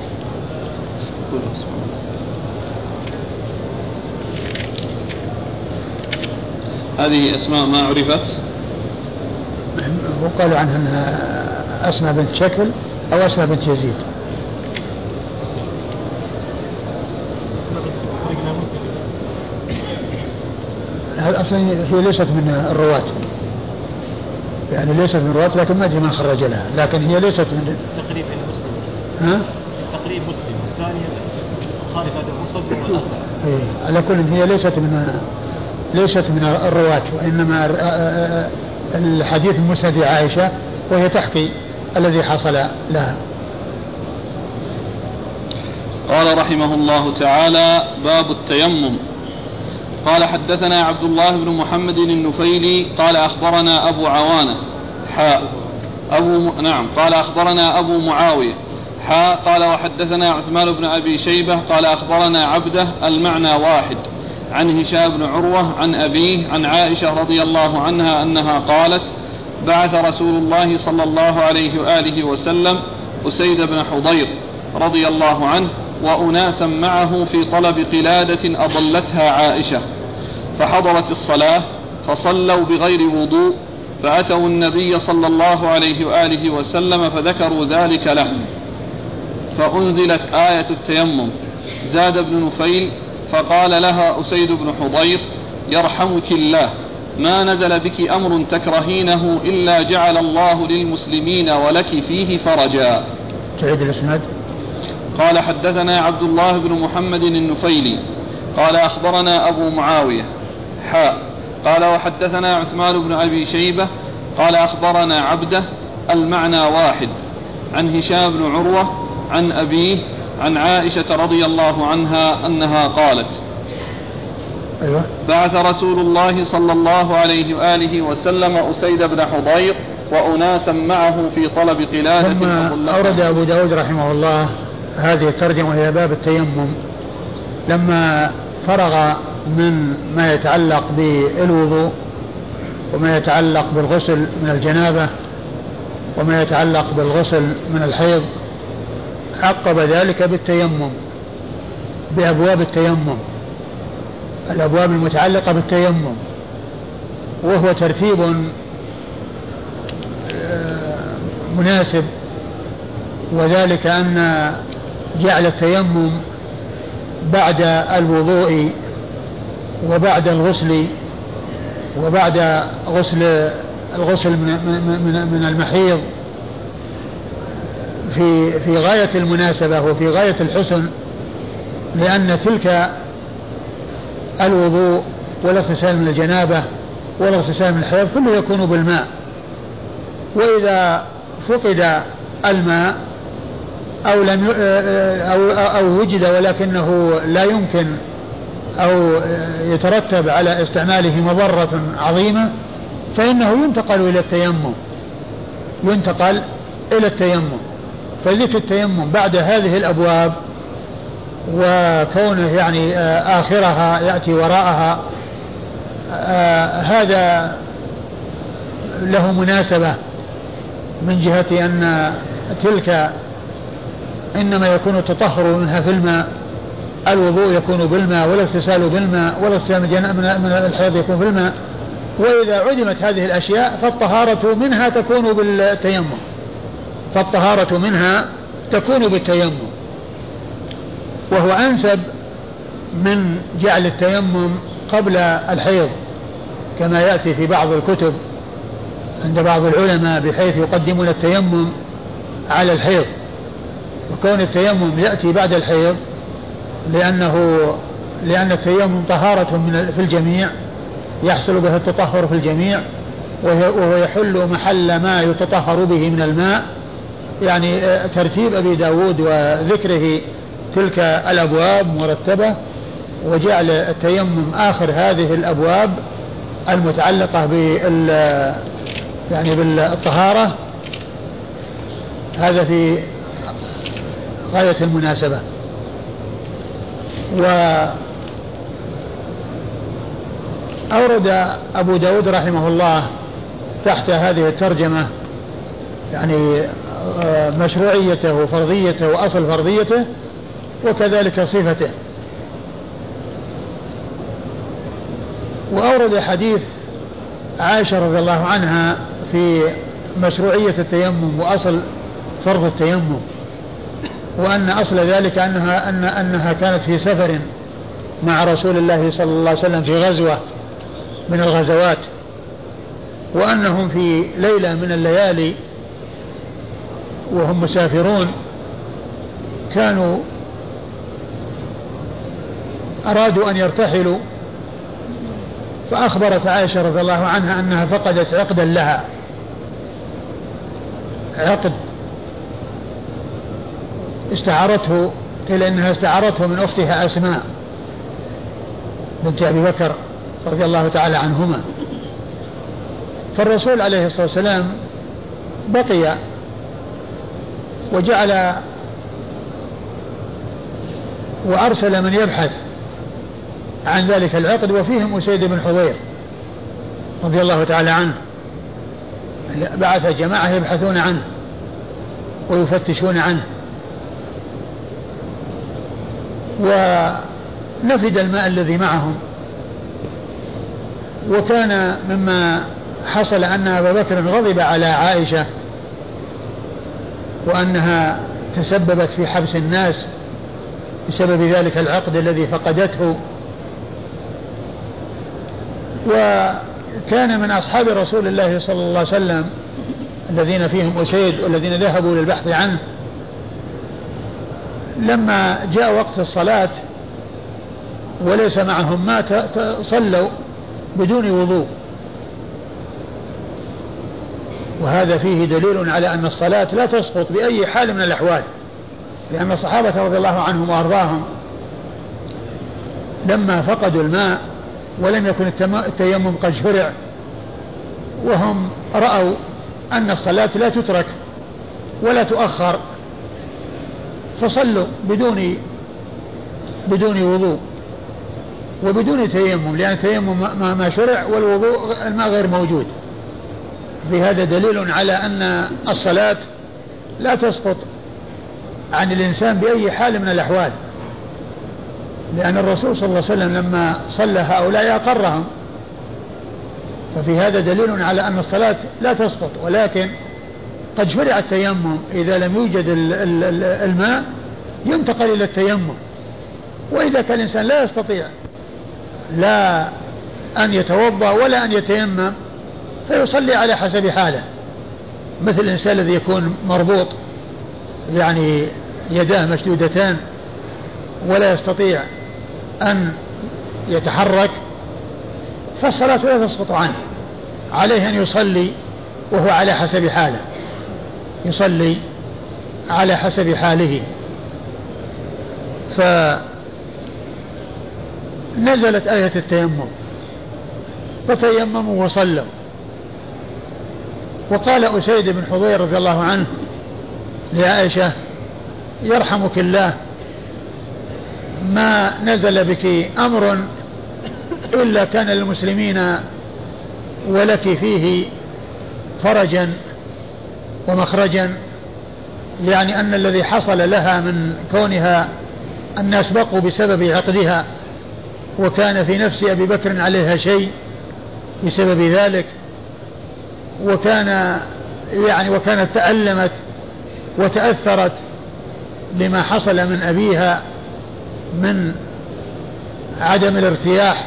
هذه أسماء ما عرفت، وقالوا عنها أنها أسماء بنت شكل أو أسماء بنت يزيد. هذا أصلا هي ليست من الرواة، يعني ليست من الرواة، لكن ما أدري من خرج لها، لكن هي ليست من تقريب مسلم. ها؟ تقريب مسلم الثاني خالف هذا المصدر والأخر. إيه، على كل هي ليست من ليست من الرواة، وإنما الحديث المسند عائشة، وهي تحكي الذي حصل لها. قال رحمه الله تعالى: باب التيمم. قال: حدثنا عبد الله بن محمد النفيلي قال: أخبرنا أبو عوانة حاء أبو م... نعم قال: أخبرنا أبو معاوية حاء قال: وحدثنا عثمان بن أبي شيبة قال: أخبرنا عبده المعنى واحد، عن هشام بن عروة عن أبيه عن عائشة رضي الله عنها أنها قالت: بعث رسول الله صلى الله عليه وآله وسلم أسيد بن حضير رضي الله عنه وأناسا معه في طلب قلادة أضلتها عائشة فحضرت الصلاة فصلوا بغير وضوء، فأتوا النبي صلى الله عليه وآله وسلم فذكروا ذلك له، فأنزلت آية التيمم. زاد ابن نفيل فقال لها أسيد بن حضير: يرحمك الله، ما نزل بك أمر تكرهينه إلا جعل الله للمسلمين ولك فيه فرجا. تعيد الاسناد. قال: حدثنا عبد الله بن محمد النفيلي قال أخبرنا أبو معاوية حاء قال وحدثنا عثمان بن أبي شيبة قال أخبرنا عبده المعنى واحد، عن هشام بن عروة عن أبيه عن عائشة رضي الله عنها أنها قالت: أيوة. بعث رسول الله صلى الله عليه وآله وسلم أسيد بن حضير وأناسا معه في طلب قلادة. ثم أورد أبو داود رحمه الله هذه الترجمة إلى باب التيمم لما فرغ من ما يتعلق بالوضوء وما يتعلق بالغسل من الجنابة وما يتعلق بالغسل من الحيض، عقب ذلك بالتيمم، بأبواب التيمم، الأبواب المتعلقة بالتيمم، وهو ترتيب مناسب، وذلك أن جعل التيمم بعد الوضوء وبعد الغسل وبعد غسل الغسل من من من المحيض في في غاية المناسبة وفي غاية الحسن، لأن تلك الوضوء والاغتسال من الجنابة والاغتسال من الحيض كله يكون بالماء، وإذا فقد الماء أو لم أو أو وجد ولكنه لا يمكن أو يترتب على استعماله مضرة عظيمة، فإنه ينتقل إلى التيمم ينتقل إلى التيمم فذكر التيمم بعد هذه الأبواب وكونه يعني آخرها يأتي وراءها، هذا له مناسبة من جهة أن تلك إنما يكون التطهر منها في الماء، الوضوء يكون بالماء والاغتسال بالماء والاغتسال من الحيض يكون في الماء، وإذا عدمت هذه الأشياء فالطهارة منها تكون بالتيمم فالطهارة منها تكون بالتيمم وهو أنسب من جعل التيمم قبل الحيض كما يأتي في بعض الكتب عند بعض العلماء، بحيث يقدمون التيمم على الحيض، وكون التيمم يأتي بعد الحيض لأنه لأن التيمم طهارة من في الجميع، يحصل به التطهر في الجميع، وهو يحل محل ما يتطهر به من الماء. يعني ترتيب أبي داود وذكره تلك الأبواب مرتبة، وجعل التيمم آخر هذه الأبواب المتعلقة بال يعني بالطهارة، هذا في غاية المناسبة. وأورد أبو داود رحمه الله تحت هذه الترجمة يعني مشروعيته وفرضيته وأصل فرضيته وكذلك صفته، وأورد حديث عائشة رضي الله عنها في مشروعية التيمم وأصل فرض التيمم، وأن أصل ذلك أنها, أن أنها كانت في سفر مع رسول الله صلى الله عليه وسلم في غزوة من الغزوات، وأنهم في ليلة من الليالي وهم مسافرون كانوا أرادوا أن يرتحلوا، فأخبرت عائشة رضي الله عنها أنها فقدت عقدا لها، عقد استعارته، قيل إنها استعارته من أختها أسماء بنت أبي بكر رضي الله تعالى عنهما. فالرسول عليه الصلاة والسلام بقي وجعل وأرسل من يبحث عن ذلك العقد، وفيهم أسيد بن حضير رضي الله تعالى عنه، بعث جماعة يبحثون عنه ويفتشون عنه، ونفد الماء الذي معهم وكان مما حصل أن أبا بكر غضب على عائشة وأنها تسببت في حبس الناس بسبب ذلك العقد الذي فقدته. وكان من أصحاب رسول الله صلى الله عليه وسلم الذين فيهم أسيد والذين ذهبوا للبحث عنه، لما جاء وقت الصلاة وليس معهم ما صلوا بدون وضوء، وهذا فيه دليل على أن الصلاة لا تسقط بأي حال من الأحوال، لأن الصحابة رضي الله عنهم وأرضاهم لما فقدوا الماء ولم يكن التيمم قد شرع وهم رأوا أن الصلاة لا تترك ولا تؤخر فصلوا بدون بدون وضوء وبدون تيمم، لأن التيمم ما شرع والوضوء الماء غير موجود. في هذا دليل على أن الصلاة لا تسقط عن الإنسان بأي حال من الأحوال، لأن الرسول صلى الله عليه وسلم لما صلى هؤلاء أقرهم، ففي هذا دليل على أن الصلاة لا تسقط، ولكن قد شرع التيمم إذا لم يوجد الماء ينتقل إلى التيمم. وإذا كان الإنسان لا يستطيع لا أن يتوضأ ولا أن يتيمم فيصلي على حسب حاله، مثل الإنسان الذي يكون مربوط يعني يداه مشدودتان ولا يستطيع أن يتحرك فالصلاة لا تسقط عنه، عليه أن يصلي وهو على حسب حاله، يصلي على حسب حاله. فنزلت آية التيمم فتيمموا وصلوا. وقال أسيد بن حضير رضي الله عنه لعائشة يرحمك الله ما نزل بك أمر إلا كان للمسلمين ولك فيه فرجا ومخرجا، يعني أن الذي حصل لها من كونها الناس بقوا بسبب عقدها وكان في نفس أبي بكر عليها شيء بسبب ذلك، وكان يعني وكانت تألمت وتأثرت لما حصل من أبيها من عدم الارتياح،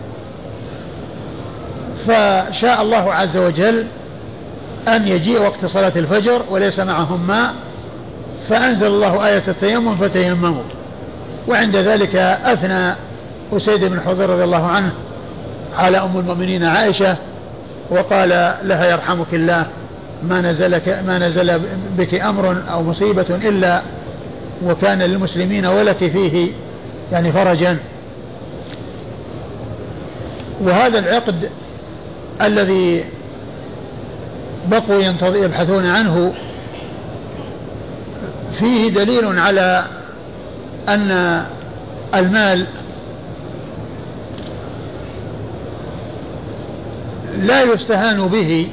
فشاء الله عز وجل أن يجيء وقت صلاة الفجر وليس معهم ماء فأنزل الله آية التيمم فتيمموا. وعند ذلك أثنى أسيد بن حضير رضي الله عنه على أم المؤمنين عائشة وقال لها يرحمك الله ما نزلك ما نزل بك أمر أو مصيبة إلا وكان للمسلمين ولك فيه يعني فرجا. وهذا العقد الذي بقوا يبحثون عنه فيه دليل على أن المال لا يستهان به،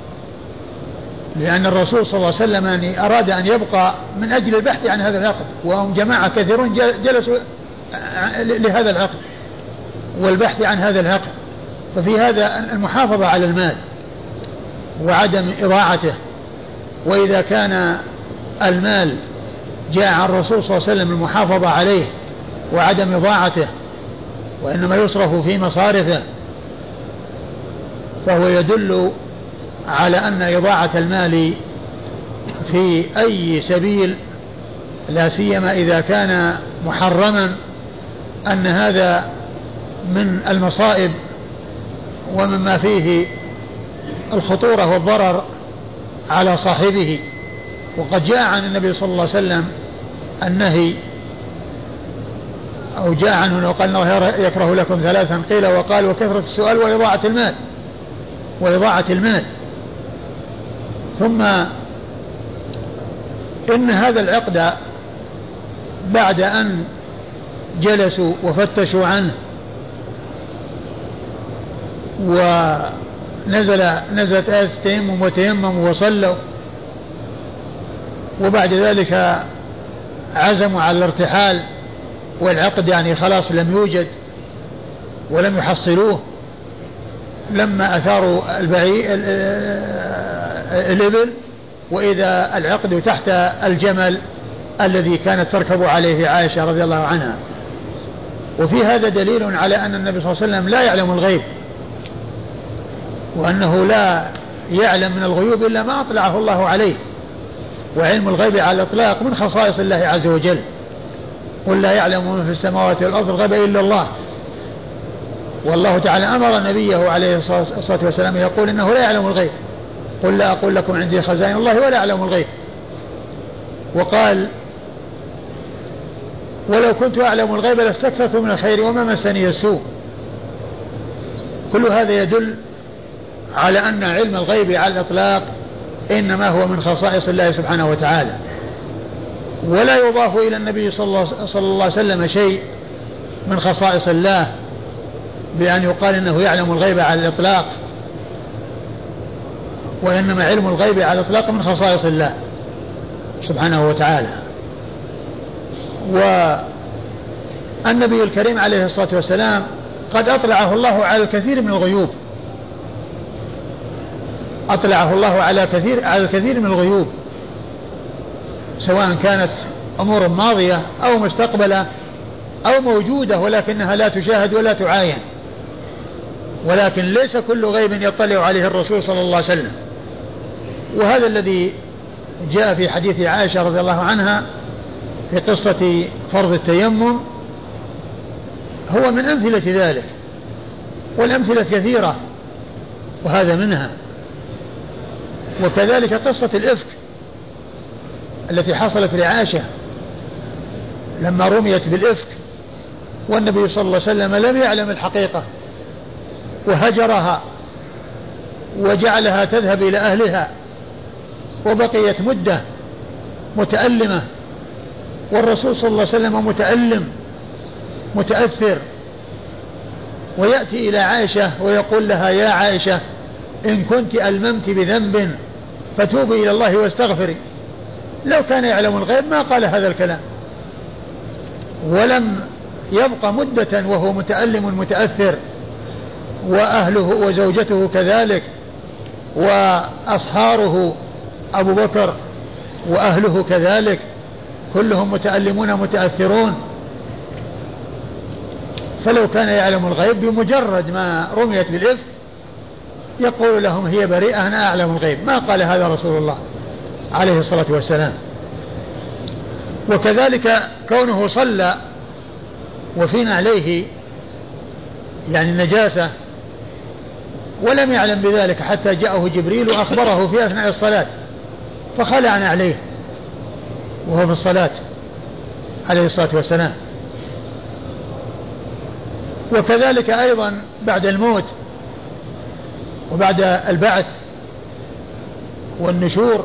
لأن الرسول صلى الله عليه وسلم يعني أراد أن يبقى من أجل البحث عن هذا العقد، وهم جماعة كثيرون جلسوا لهذا العقد والبحث عن هذا العقد، ففي هذا المحافظة على المال وعدم إضاعته. وإذا كان المال جاء عن الرسول صلى الله عليه وسلم المحافظة عليه وعدم إضاعته وإنما يصرف في مصارفه، فهو يدل على أن إضاعة المال في أي سبيل لا سيما إذا كان محرما أن هذا من المصائب ومما فيه الخطورة والضرر على صاحبه. وقد جاء عن النبي صلى الله عليه وسلم النهي أو جاء عنه وقال أنه يكره لكم ثلاثا قيل وقال وكثرة السؤال وإضاعة المال وإضاعة المال. ثم إن هذا العقد بعد أن جلسوا وفتشوا عنه ونزل نزلت آية التيمم وتيمموا وصلوا، وبعد ذلك عزموا على الارتحال والعقد يعني خلاص لم يوجد ولم يحصلوه، لما أثاروا البعير الإبل وإذا العقد تحت الجمل الذي كانت تركب عليه عائشة رضي الله عنها. وفي هذا دليل على أن النبي صلى الله عليه وسلم لا يعلم الغيب، وأنه لا يعلم من الغيوب إلا ما أطلعه الله عليه، وعلم الغيب على الإطلاق من خصائص الله عز وجل. قل لا يعلم من في السماوات والأرض الغيب إلا الله. والله تعالى أمر نبيه عليه الصلاة والسلام يقول إنه لا يعلم الغيب، قل لا أقول لكم عندي خزائن الله ولا أعلم الغيب. وقال ولو كنت أعلم الغيب لاستكثرت من الخير وما مسني السوء. كل هذا يدل على أن علم الغيب على الإطلاق إنما هو من خصائص الله سبحانه وتعالى، ولا يضاف إلى النبي صلى الله عليه وسلم شيء من خصائص الله بأن يقال إنه يعلم الغيب على الإطلاق، وإنما علم الغيب على الإطلاق من خصائص الله سبحانه وتعالى. والنبي الكريم عليه الصلاة والسلام قد أطلعه الله على الكثير من الغيوب، أطلعه الله على كثير على الكثير من الغيوب، سواء كانت أمور ماضية أو مستقبلة أو موجودة ولكنها لا تشاهد ولا تعاين. ولكن ليس كل غيب يطلع عليه الرسول صلى الله عليه وسلم. وهذا الذي جاء في حديث عائشة رضي الله عنها في قصة فرض التيمم هو من أمثلة ذلك، والأمثلة كثيرة وهذا منها. وكذلك قصة الإفك التي حصلت لعائشة لما رميت بالإفك والنبي صلى الله عليه وسلم لم يعلم الحقيقة وهجرها وجعلها تذهب إلى أهلها وبقيت مدة متألمة، والرسول صلى الله عليه وسلم متألم متأثر، ويأتي إلى عائشة ويقول لها يا عائشة إن كنت ألممت بذنب فتوبي إلى الله واستغفري. لو كان يعلم الغيب ما قال هذا الكلام، ولم يبقى مدة وهو متألم متأثر، وأهله وزوجته كذلك، وأصهاره أبو بكر وأهله كذلك كلهم متألمون متأثرون. فلو كان يعلم الغيب بمجرد ما رميت بالإفك يقول لهم هي بريئة أنا أعلم الغيب، ما قال هذا رسول الله عليه الصلاة والسلام. وكذلك كونه صلى وفينا عليه يعني النجاسة ولم يعلم بذلك حتى جاءه جبريل وأخبره في أثناء الصلاة فخلعنا عليه وهو في الصلاة عليه الصلاة والسلام. وكذلك أيضا بعد الموت وبعد البعث والنشور،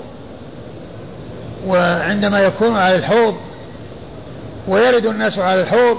وعندما يكون على الحوض ويرد الناس على الحوض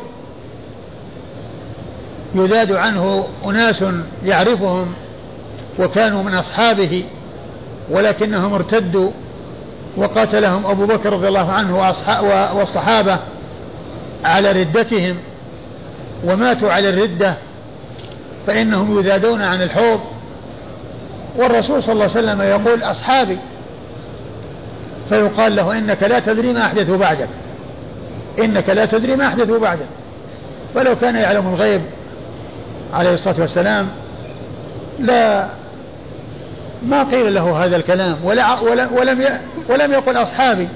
يذاد عنه أناس يعرفهم وكانوا من أصحابه ولكنهم ارتدوا وقاتلهم أبو بكر رضي الله عنه والصحابة على ردتهم وماتوا على الردة، فإنهم يذادون عن الحوض، والرسول صلى الله عليه وسلم يقول أصحابي، فيقال له إنك لا تدري ما أحدثوا بعدك، إنك لا تدري ما أحدثوا بعدك. فلو كان يعلم الغيب عليه الصلاة والسلام لا ما قيل له هذا الكلام، ولا ولم ولم يقل أصحابي،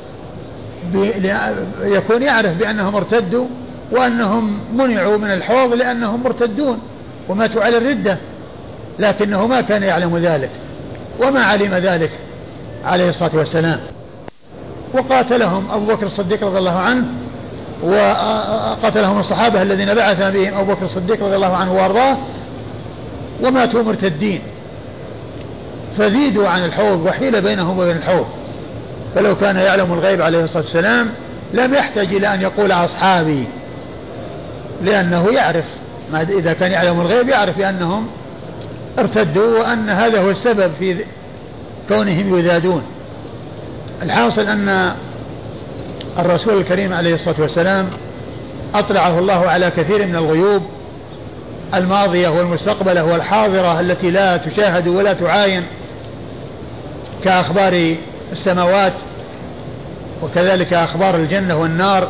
يكون يعرف بأنهم ارتدوا وأنهم منعوا من الحوض لأنهم مرتدون وماتوا على الردة، لكنه ما كان يعلم ذلك وما علم ذلك عليه الصلاة والسلام. وقاتلهم أبو بكر الصديق رضي الله عنه، وقاتلهم الصحابة الذين بعث بهم أبو بكر الصديق رضي الله عنه وارضاه، وماتوا مرتدين فزيدوا عن الحوض وحيل بينهم وبين الحوض. فلو كان يعلم الغيب عليه الصلاة والسلام لم يحتاج إلى أن يقول أصحابي، لأنه يعرف ما إذا كان يعلم الغيب يعرف بأنهم ارتدوا وأن هذا هو السبب في كونهم يذادون. الحاصل أن الرسول الكريم عليه الصلاة والسلام أطلعه الله على كثير من الغيوب الماضية والمستقبلة والحاضرة التي لا تشاهد ولا تعاين كأخبار السماوات، وكذلك أخبار الجنة والنار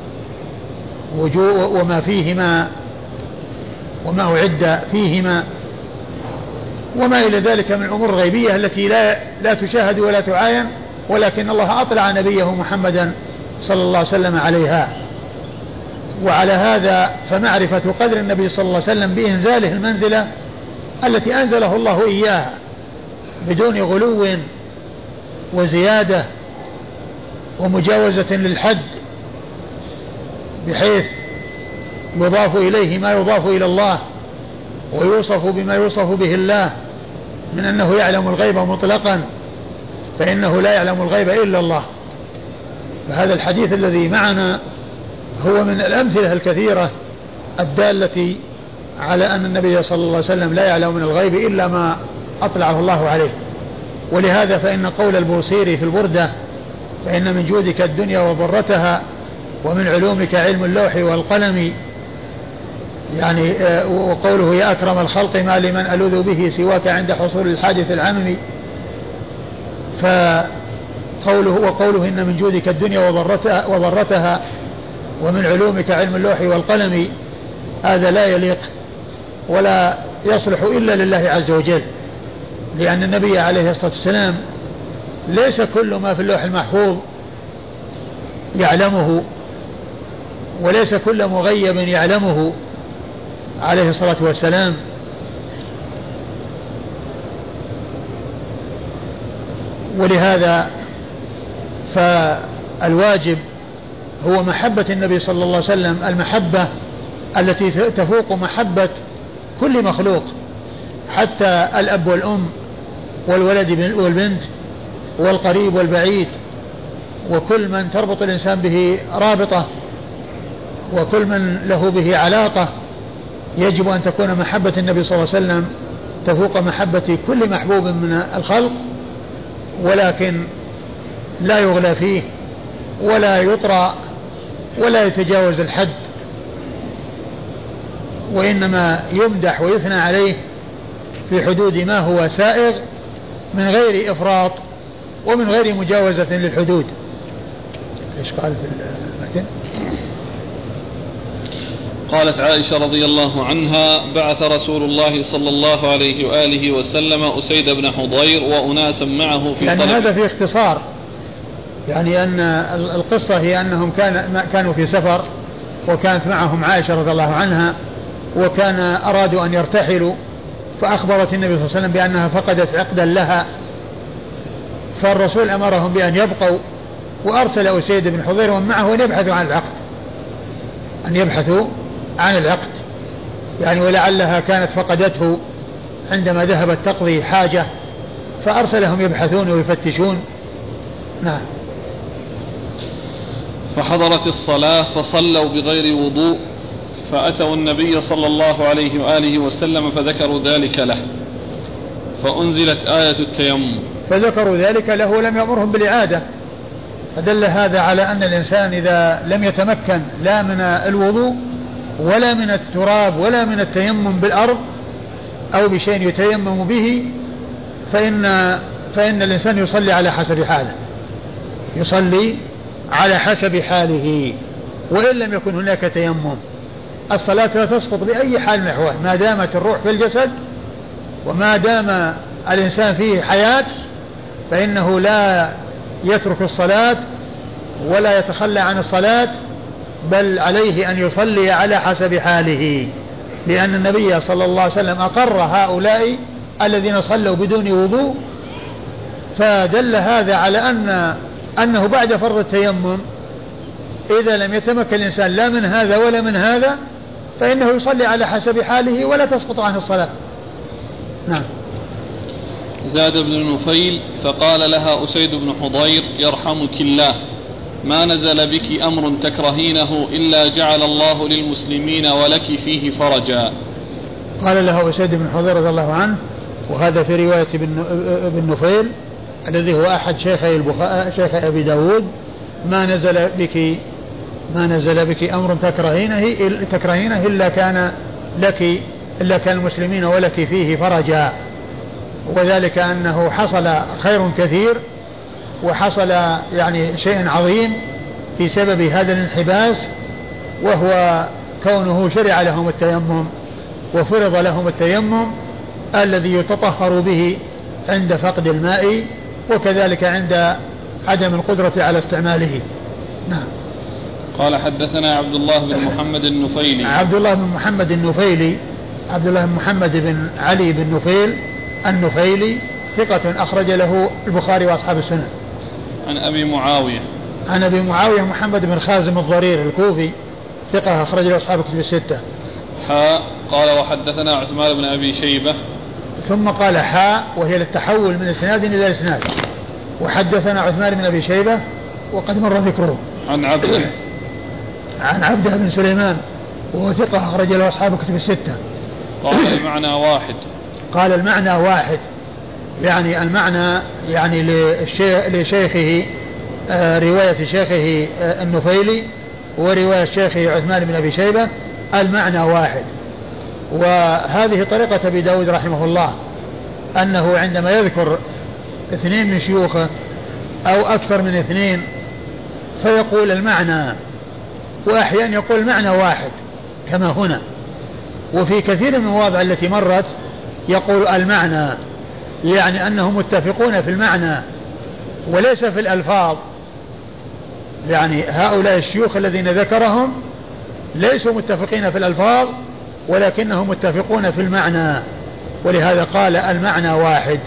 وما فيهما وما أعد فيهما وما إلى ذلك من الأمور الغيبية التي لا, لا تشاهد ولا تعاين، ولكن الله أطلع نبيه محمدا صلى الله عليه وسلم عليها. وعلى هذا فمعرفة قدر النبي صلى الله عليه وسلم بإنزاله المنزلة التي أنزله الله إياها بدون غلو وزيادة ومجاوزة للحد بحيث يضاف إليه ما يضاف إلى الله ويوصف بما يوصف به الله من أنه يعلم الغيب مطلقا، فإنه لا يعلم الغيب إلا الله. فهذا الحديث الذي معنا هو من الأمثلة الكثيرة الدالة على أن النبي صلى الله عليه وسلم لا يعلم من الغيب إلا ما أطلعه الله عليه. ولهذا فإن قول البوصيري في البردة فإن من جودك الدنيا وضرتها ومن علومك علم اللوح والقلم، يعني وقوله يا أكرم الخلق ما لمن ألوذ به سواك عند حصول الحادث العمم، فقوله وقوله إن من جودك الدنيا وضرتها, وضرتها ومن علومك علم اللوح والقلم، هذا لا يليق ولا يصلح إلا لله عز وجل، لأن النبي عليه الصلاة والسلام ليس كل ما في اللوح المحفوظ يعلمه، وليس كل مغيب يعلمه عليه الصلاة والسلام. ولهذا فالواجب هو محبة النبي صلى الله عليه وسلم، المحبة التي تفوق محبة كل مخلوق، حتى الأب والأم والولد والبنت والقريب والبعيد، وكل من تربط الإنسان به رابطة وكل من له به علاقة، يجب أن تكون محبة النبي صلى الله عليه وسلم تفوق محبة كل محبوب من الخلق، ولكن لا يغلى فيه ولا يطرى ولا يتجاوز الحد، وإنما يمدح ويثنى عليه في حدود ما هو سائغ من غير إفراط ومن غير مجاوزة للحدود. إيش قال في المتن؟ قالت عائشة رضي الله عنها بعث رسول الله صلى الله عليه وآله وسلم أسيد بن حضير وأناسا معه في يعني طلب. هذا في اختصار، يعني أن القصة هي أنهم كان كانوا في سفر وكانت معهم عائشة رضي الله عنها، وكان أرادوا أن يرتحلوا، فأخبرت النبي صلى الله عليه وسلم بأنها فقدت عقدا لها، فالرسول أمرهم بأن يبقوا، وأرسل أسيد بن حضير ومن معه أن يبحثوا عن العقد أن يبحثوا عن العقد يعني ولعلها كانت فقدته عندما ذهبت تقضي حاجة، فأرسلهم يبحثون ويفتشون. نعم. فحضرت الصلاة فصلوا بغير وضوء، فأتوا النبي صلى الله عليه وآله وسلم فذكروا ذلك له، فأنزلت آية التيمم. فذكروا ذلك له ولم يأمرهم بالإعادة، فدل هذا على أن الإنسان إذا لم يتمكن لا من الوضوء ولا من التراب ولا من التيمم بالأرض أو بشيء يتيمم به، فإن, فإن الإنسان يصلي على حسب حاله يصلي على حسب حاله وإن لم يكن هناك تيمم. الصلاة لا تسقط بأي حال من الأحوال ما دامت الروح في الجسد وما دام الإنسان فيه حياة، فإنه لا يترك الصلاة ولا يتخلى عن الصلاة، بل عليه أن يصلي على حسب حاله، لأن النبي صلى الله عليه وسلم أقر هؤلاء الذين صلوا بدون وضوء، فدل هذا على أن أنه بعد فرض التيمم إذا لم يتمكن الإنسان لا من هذا ولا من هذا فإنه يصلي على حسب حاله ولا تسقط عنه الصلاة. نعم. زاد بن نفيل فقال لها أسيد بن حضير يرحمك الله، ما نزل بك أمر تكرهينه إلا جعل الله للمسلمين ولك فيه فرجا. قال له أسيد بن حضير رضي الله عنه، وهذا في رواية ابن نفيل الذي هو أحد شيخي البخاري شيخ أبي داود، ما نزل بك ما نزل بك أمر تكرهينه تكرهينه إلا كان لك إلا كان المسلمين ولك فيه فرجا، وذلك أنه حصل خير كثير وحصل يعني شيء عظيم في سبب هذا الانحباس، وهو كونه شرع لهم التيمم وفرض لهم التيمم الذي يتطهر به عند فقد الماء وكذلك عند عدم القدرة على استعماله. نعم. قال حدثنا عبد الله بن محمد النفيلي. عبد الله بن محمد النفيلي عبد الله بن محمد بن علي بن نفيل النفيلي ثقة أخرج له البخاري وأصحاب السنن. عن أبي معاوية عن أبي معاوية محمد بن خازم الضرير الكوفي ثقة أخرج له أصحاب الكتب الستة. حاء قال وحدثنا عثمان بن أبي شيبة ثم قال حاء وهي للتحول من إسناد إلى إسناد، وحدثنا عثمان بن أبي شيبة وقد مر ذكره. عن عبده عن عبده بن سليمان وهو ثقة أخرج له أصحاب الكتب الستة. قال المعنى واحد. قال المعنى واحد يعني المعنى يعني لشيخه آه رواية شيخه آه النفيلي ورواية شيخه عثمان بن أبي شيبة المعنى واحد. وهذه طريقة أبي داود رحمه الله أنه عندما يذكر اثنين من شيوخه أو أكثر من اثنين فيقول المعنى، وأحيانا يقول المعنى واحد كما هنا، وفي كثير من المواضع التي مرت يقول المعنى، يعني أنهم متفقون في المعنى وليس في الألفاظ. يعني هؤلاء الشيوخ الذين ذكرهم ليسوا متفقين في الألفاظ ولكنهم متفقون في المعنى، ولهذا قال المعنى واحد.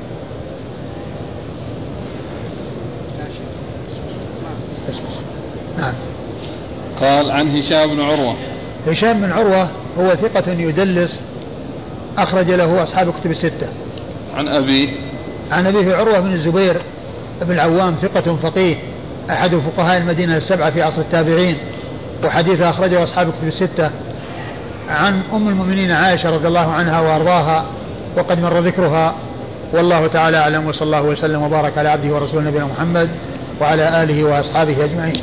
نعم. قال عن هشام بن عروة. هشام بن عروة هو ثقة يدلس أخرج له أصحاب الكتب الستة. عن أبيه عن أبيه عروة بن الزبير بن العوام ثقة فقيه أحد فقهاء المدينة السبعة في عصر التابعين، وحديث أخرجه أصحاب الكتب الستة. عن أم المؤمنين عائشة رضي الله عنها وأرضاها وقد مر ذكرها، والله تعالى أعلم، وصلى الله وسلم وبارك على عبده ورسوله نبينا محمد وعلى آله وأصحابه أجمعين.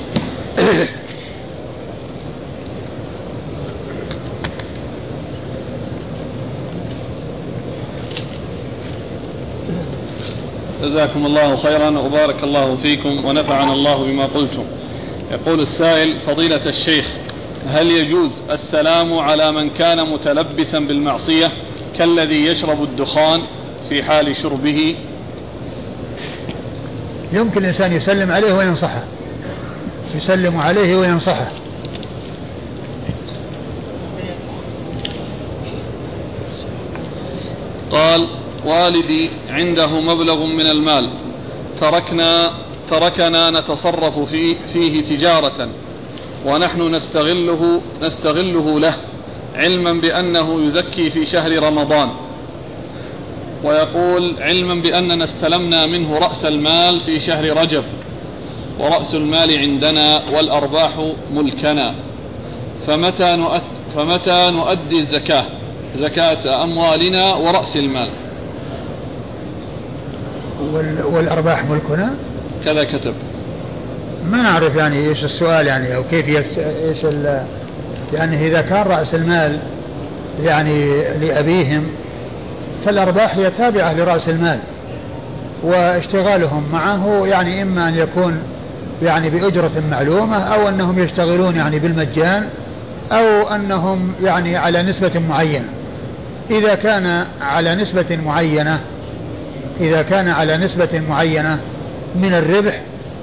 جزاكم الله خيرا وبارك الله فيكم ونفعنا الله بما قلتم. يقول السائل: فضيلة الشيخ، هل يجوز السلام على من كان متلبسا بالمعصية كالذي يشرب الدخان في حال شربه؟ يمكن الإنسان يسلم عليه وينصحه، يسلم عليه وينصحه. قال: والدي عنده مبلغ من المال، تركنا تركنا نتصرف فيه, فيه تجارة، ونحن نستغله نستغله له، علما بأنه يزكي في شهر رمضان، ويقول علما بأننا استلمنا منه رأس المال في شهر رجب، ورأس المال عندنا والأرباح ملكنا، فمتى فمتى نؤدي الزكاة زكاة أموالنا ورأس المال؟ والأرباح ملكنا كذا كتب. ما نعرف يعني إيش السؤال يعني أو كيف إيش يعني إذا كان رأس المال يعني لأبيهم فالأرباح هي تابعة لرأس المال، واشتغالهم معه يعني إما أن يكون يعني بأجرة معلومة أو أنهم يشتغلون يعني بالمجان أو أنهم يعني على نسبة معينة. إذا كان على نسبة معينة إذا كان على نسبة معينة من الربح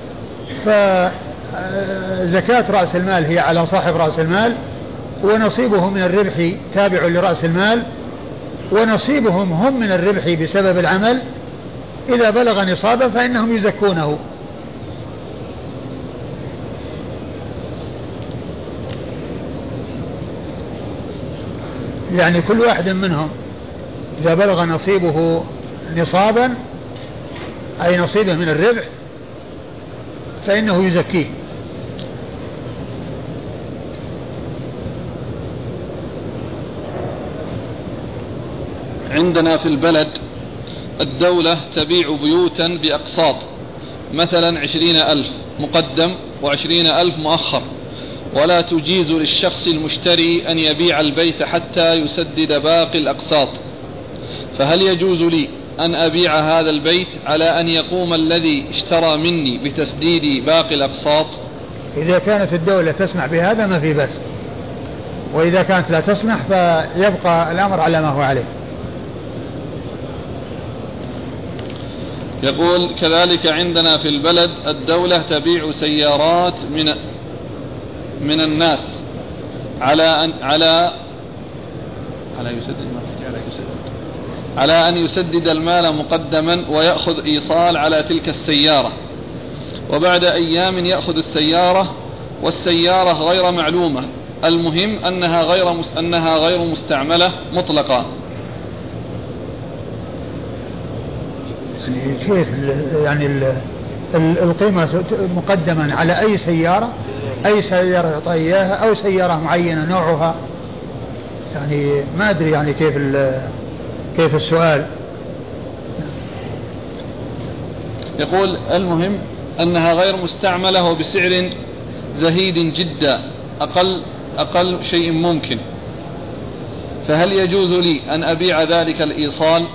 فزكاة رأس المال هي على صاحب رأس المال، ونصيبه من الربح تابع لرأس المال، ونصيبهم هم من الربح بسبب العمل إذا بلغ نصابا فإنهم يزكونه. يعني كل واحد منهم إذا بلغ نصيبه نصابا أي نصيبه من الربح فإنه يزكيه. عندنا في البلد الدولة تبيع بيوتا بأقساط، مثلا عشرين ألف مقدم وعشرين ألف مؤخر، ولا تجيز للشخص المشتري أن يبيع البيت حتى يسدد باقي الأقساط، فهل يجوز لي أن أبيع هذا البيت على أن يقوم الذي اشترى مني بتسديد باقي الأقساط؟ إذا كانت الدولة تسمح بهذا ما في بأس، وإذا كانت لا تسمح فيبقى الأمر على ما هو عليه. يقول كذلك عندنا في البلد الدولة تبيع سيارات من من الناس على أن على على يسدد على يسدد على أن يسدد المال مقدما ويأخذ إيصال على تلك السيارة، وبعد أيام يأخذ السيارة والسيارة غير معلومة، المهم أنها غير أنها غير مستعملة مطلقا. يعني كيف يعني القيمة مقدما على أي سيارة، أي سيارة يعطى إياها أو سيارة معينة نوعها؟ يعني ما أدري يعني كيف كيف السؤال. يقول المهم أنها غير مستعملة وبسعر زهيد جدا، أقل أقل شيء ممكن، فهل يجوز لي أن أبيع ذلك الإيصال؟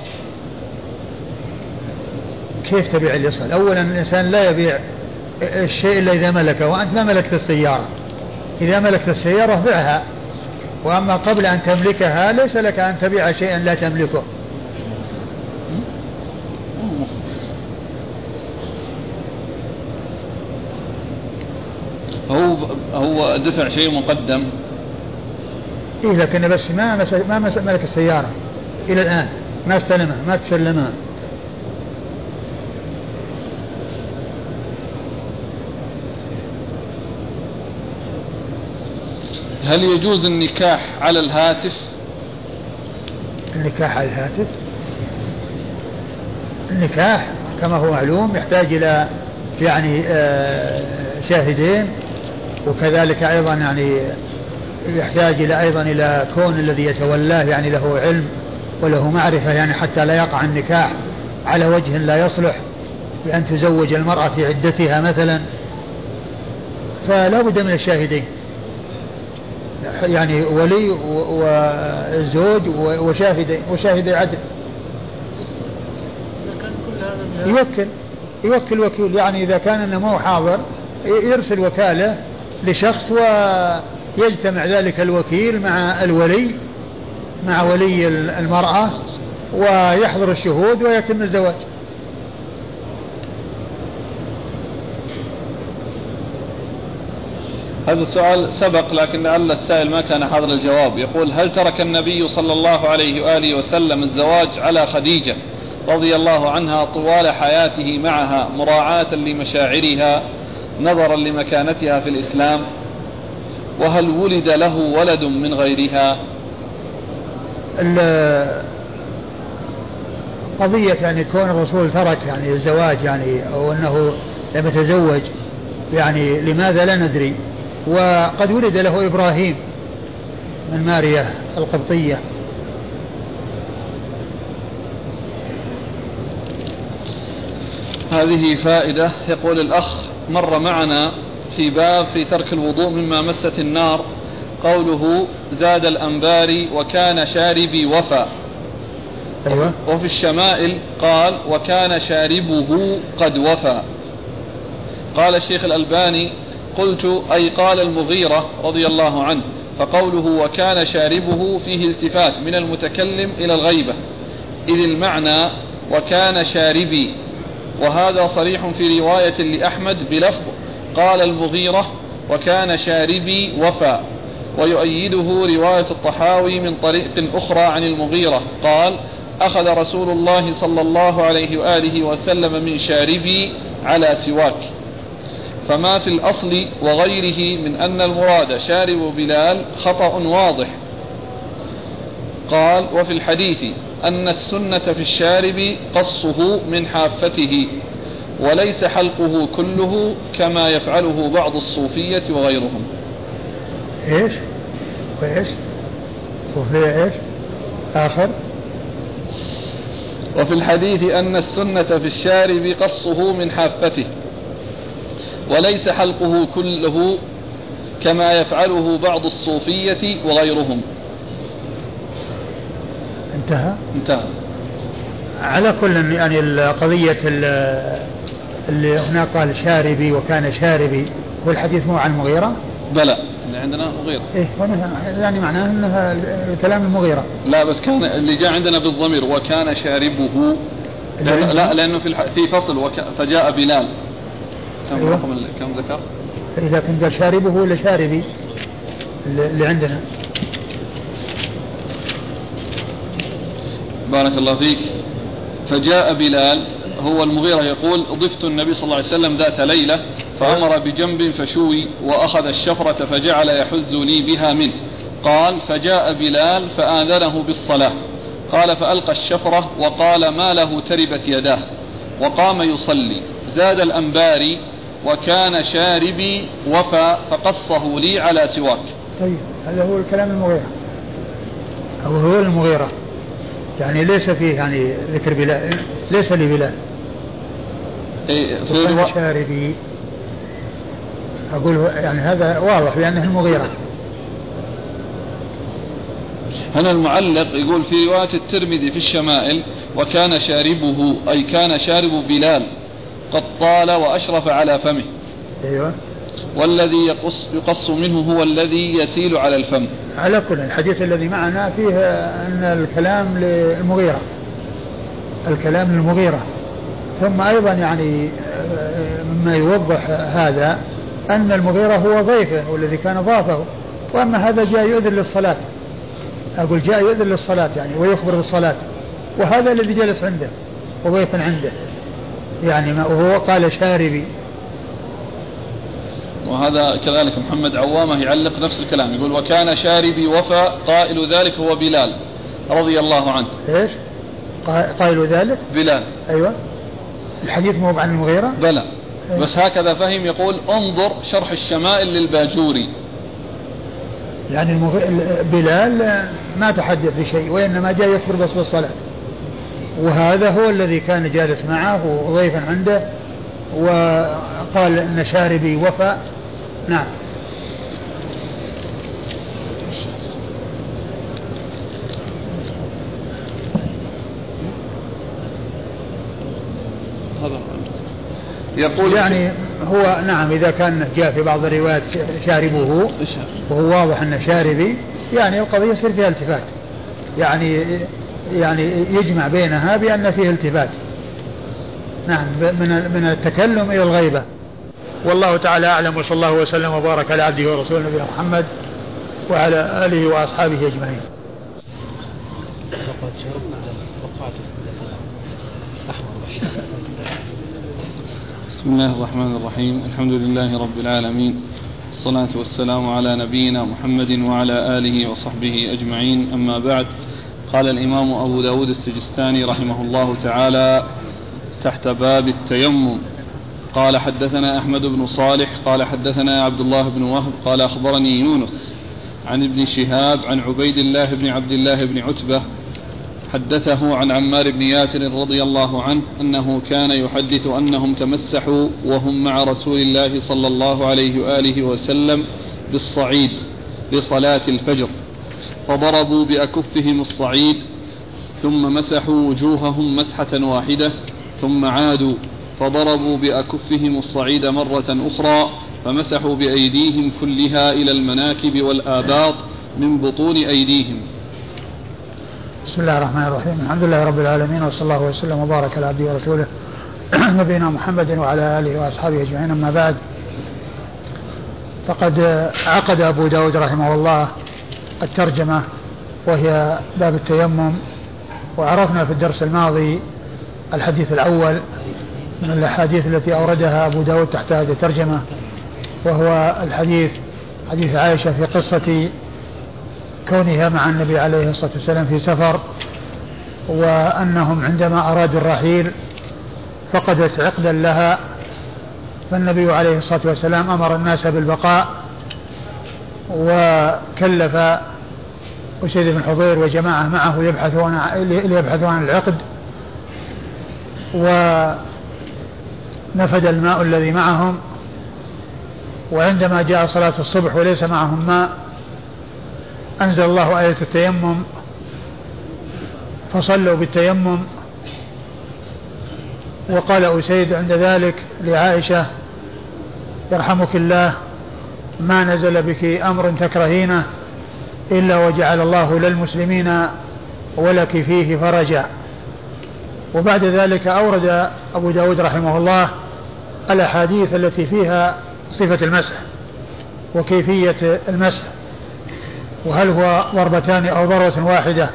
كيف تبيع الإيصال؟ أولا الإنسان لا يبيع الشيء إلا إذا ملكه، وأنت ما ملكت السيارة. إذا ملكت السيارة بيعها، وأما قبل أن تملكها ليس لك أن تبيع شيئا لا تملكه. هو هو دفع شيء مقدم، إيه، لكن بس ما ما ملك السيارة إلى الآن، ما استلمها ما تسلمها. هل يجوز النكاح على الهاتف؟ النكاح على الهاتف، النكاح كما هو معلوم يحتاج إلى يعني شاهدين، وكذلك أيضا يعني يحتاج إلى أيضا إلى كون الذي يتولاه يعني له علم وله معرفة، يعني حتى لا يقع النكاح على وجه لا يصلح بأن تزوج المرأة في عدتها مثلا، فلا بد من الشاهدين، يعني ولي والزوج وشاهدين وشاهدي عدل. يوكل يوكل وكيل، يعني إذا كان أنه مو حاضر يرسل وكالة لشخص ويجتمع ذلك الوكيل مع الولي مع ولي المرأة ويحضر الشهود ويتم الزواج. هذا السؤال سبق لكن لعل السائل ما كان حاضر الجواب. يقول هل ترك النبي صلى الله عليه وآله وسلم الزواج على خديجة رضي الله عنها طوال حياته معها مراعاة لمشاعرها نظرا لمكانتها في الإسلام؟ وهل ولد له ولد من غيرها؟ قضية يعني كون الرسول ترك يعني الزواج يعني أو أنه لم يتزوج يعني لماذا لا ندري، وقد ولد له إبراهيم من ماريا القبطية. هذه فائدة. يقول الأخ مر معنا في باب في ترك الوضوء مما مست النار قوله زاد الأنباري وكان شاربي وفى. أيوة. وفي الشمائل قال وكان شاربه قد وفى. قال الشيخ الألباني قلت أي قال المغيرة رضي الله عنه، فقوله وكان شاربه فيه التفات من المتكلم إلى الغيبة، إذ المعنى وكان شاربي، وهذا صريح في رواية لأحمد بلفظ قال المغيرة وكان شاربي وفى، ويؤيده رواية الطحاوي من طريق أخرى عن المغيرة قال أخذ رسول الله صلى الله عليه وآله وسلم من شاربي على سواك. فما في الأصل وغيره من أن المراد شارب بلال خطأ واضح. قال وفي الحديث أن السنة في الشارب قصه من حافته وليس حلقه كله كما يفعله بعض الصوفية وغيرهم. إيش وإيش وفي إيش آخر؟ وفي الحديث أن السنة في الشارب قصه من حافته وليس حلقه كله كما يفعله بعض الصوفية وغيرهم. انتهى انتهى. على كل يعني القضية اللي هنا قال شاربي وكان شاربي، والحديث مو عن المغيرة؟ بلى اللي عندنا مغيرة. إيه يعني معناه أنها الكلام المغيرة. لا بس كان اللي جاء عندنا بالضمير وكان شاربه. لأن لا لأنه في في فصل وك فجاء بلال. كم أيوة. رقم كم ذكر؟ إذا كان قال شاربه ولا شاربي اللي عندنا. بارك الله فيك. فجاء بلال، هو المغيرة يقول ضفت النبي صلى الله عليه وسلم ذات ليلة فأمر بجنب فشوي وأخذ الشفرة فجعل يحز لي بها منه. قال فجاء بلال فآذنه بالصلاة. قال فألقى الشفرة وقال ما له تربت يداه وقام يصلي. زاد الأنباري وكان شاربي وفى فقصه لي على سواك. طيب هذا هو الكلام المغيرة أو هو المغيرة، يعني ليس فيه يعني ذكر بلال، ليس لي بلال. إيه في شاربي أقول يعني هذا واضح لأنه المغيرة. هنا المعلق يقول في رواية الترمذي في الشمائل وكان شاربه أي كان شارب بلال قد طال وأشرف على فمه. أيوة. والذي يقص, يقص منه هو الذي يسيل على الفم. على كل الحديث الذي معنا فيه أن الكلام للمغيرة، الكلام للمغيرة. ثم أيضا يعني مما يوضح هذا أن المغيرة هو ضيفه والذي كان ضافه، وأما هذا جاء يؤذن للصلاة، أقول جاء يؤذن للصلاة يعني ويخبر بالصلاة، وهذا الذي جلس عنده وضيف عنده يعني ما وهو قال شاربي. وهذا كذلك محمد عوامة يعلق نفس الكلام يقول وكان شاربي وفى قائل ذلك هو بلال رضي الله عنه. ايش قائل ذلك؟ بلال. ايوه الحديث مو عن المغيرة؟ بلى. أيوة. بس هكذا فهم. يقول انظر شرح الشمائل للباجوري. يعني المغ... بلال ما تحدث بشيء وإنما جاء يخبر بس بالصلاة، وهذا هو الذي كان جالس معه وضيفا عنده وقال إن شاربي وفى. نعم. يقول يعني هو نعم إذا كان جاء في بعض الروايات شاربه وهو واضح أن شاربي، يعني القضية يصير فيها التفات، يعني يعني يجمع بينها بأن فيه التفات. نعم من من التكلم إلى الغيبة. والله تعالى أعلم، وصلى الله وسلم وبارك على عبده ورسوله نبينا محمد وعلى آله وأصحابه أجمعين. بسم الله الرحمن الرحيم. الحمد لله رب العالمين، الصلاة والسلام على نبينا محمد وعلى آله وصحبه أجمعين. أما بعد، قال الإمام أبو داود السجستاني رحمه الله تعالى تحت باب التيمم: قال حدثنا أحمد بن صالح قال حدثنا عبد الله بن وهب قال أخبرني يونس عن ابن شهاب عن عبيد الله بن عبد الله بن عتبة حدثه عن عمار بن ياسر رضي الله عنه أنه كان يحدث أنهم تمسحوا وهم مع رسول الله صلى الله عليه وآله وسلم بالصعيد لصلاة الفجر، فضربوا بأكفهم الصعيد ثم مسحوا وجوههم مسحة واحدة، ثم عادوا فضربوا بأكفهم الصعيد مرة أخرى فمسحوا بأيديهم كلها إلى المناكب والآباط من بطون أيديهم. بسم الله الرحمن الرحيم. الحمد لله رب العالمين، وصلى الله وسلم وبارك على عبده ورسوله نبينا محمد وعلى آله وأصحابه أجمعين. أما بعد، فقد عقد أبو داود رحمه الله الترجمة وهي باب التيمم، وعرفنا في الدرس الماضي الحديث الأول من الأحاديث التي أوردها أبو داود تحت هذه الترجمة، وهو الحديث حديث عائشة في قصة كونها مع النبي عليه الصلاة والسلام في سفر، وأنهم عندما أرادوا الرحيل فقدت عقدا لها، فالنبي عليه الصلاة والسلام أمر الناس بالبقاء وكلف أسيد بن حضير وجماعة معه يبحثون يبحثون عن العقد، ونفد الماء الذي معهم وعندما جاء صلاة الصبح وليس معهم ماء أنزل الله آية التيمم فصلوا بالتيمم. وقال أسيد عند ذلك لعائشة يرحمك الله ما نزل بك أمر تكرهينه إلا وجعل الله للمسلمين ولك فيه فرجا. وبعد ذلك أورد أبو داود رحمه الله الأحاديث التي فيها صفة المسح وكيفية المسح، وهل هو ضربتان أو ضربة واحدة،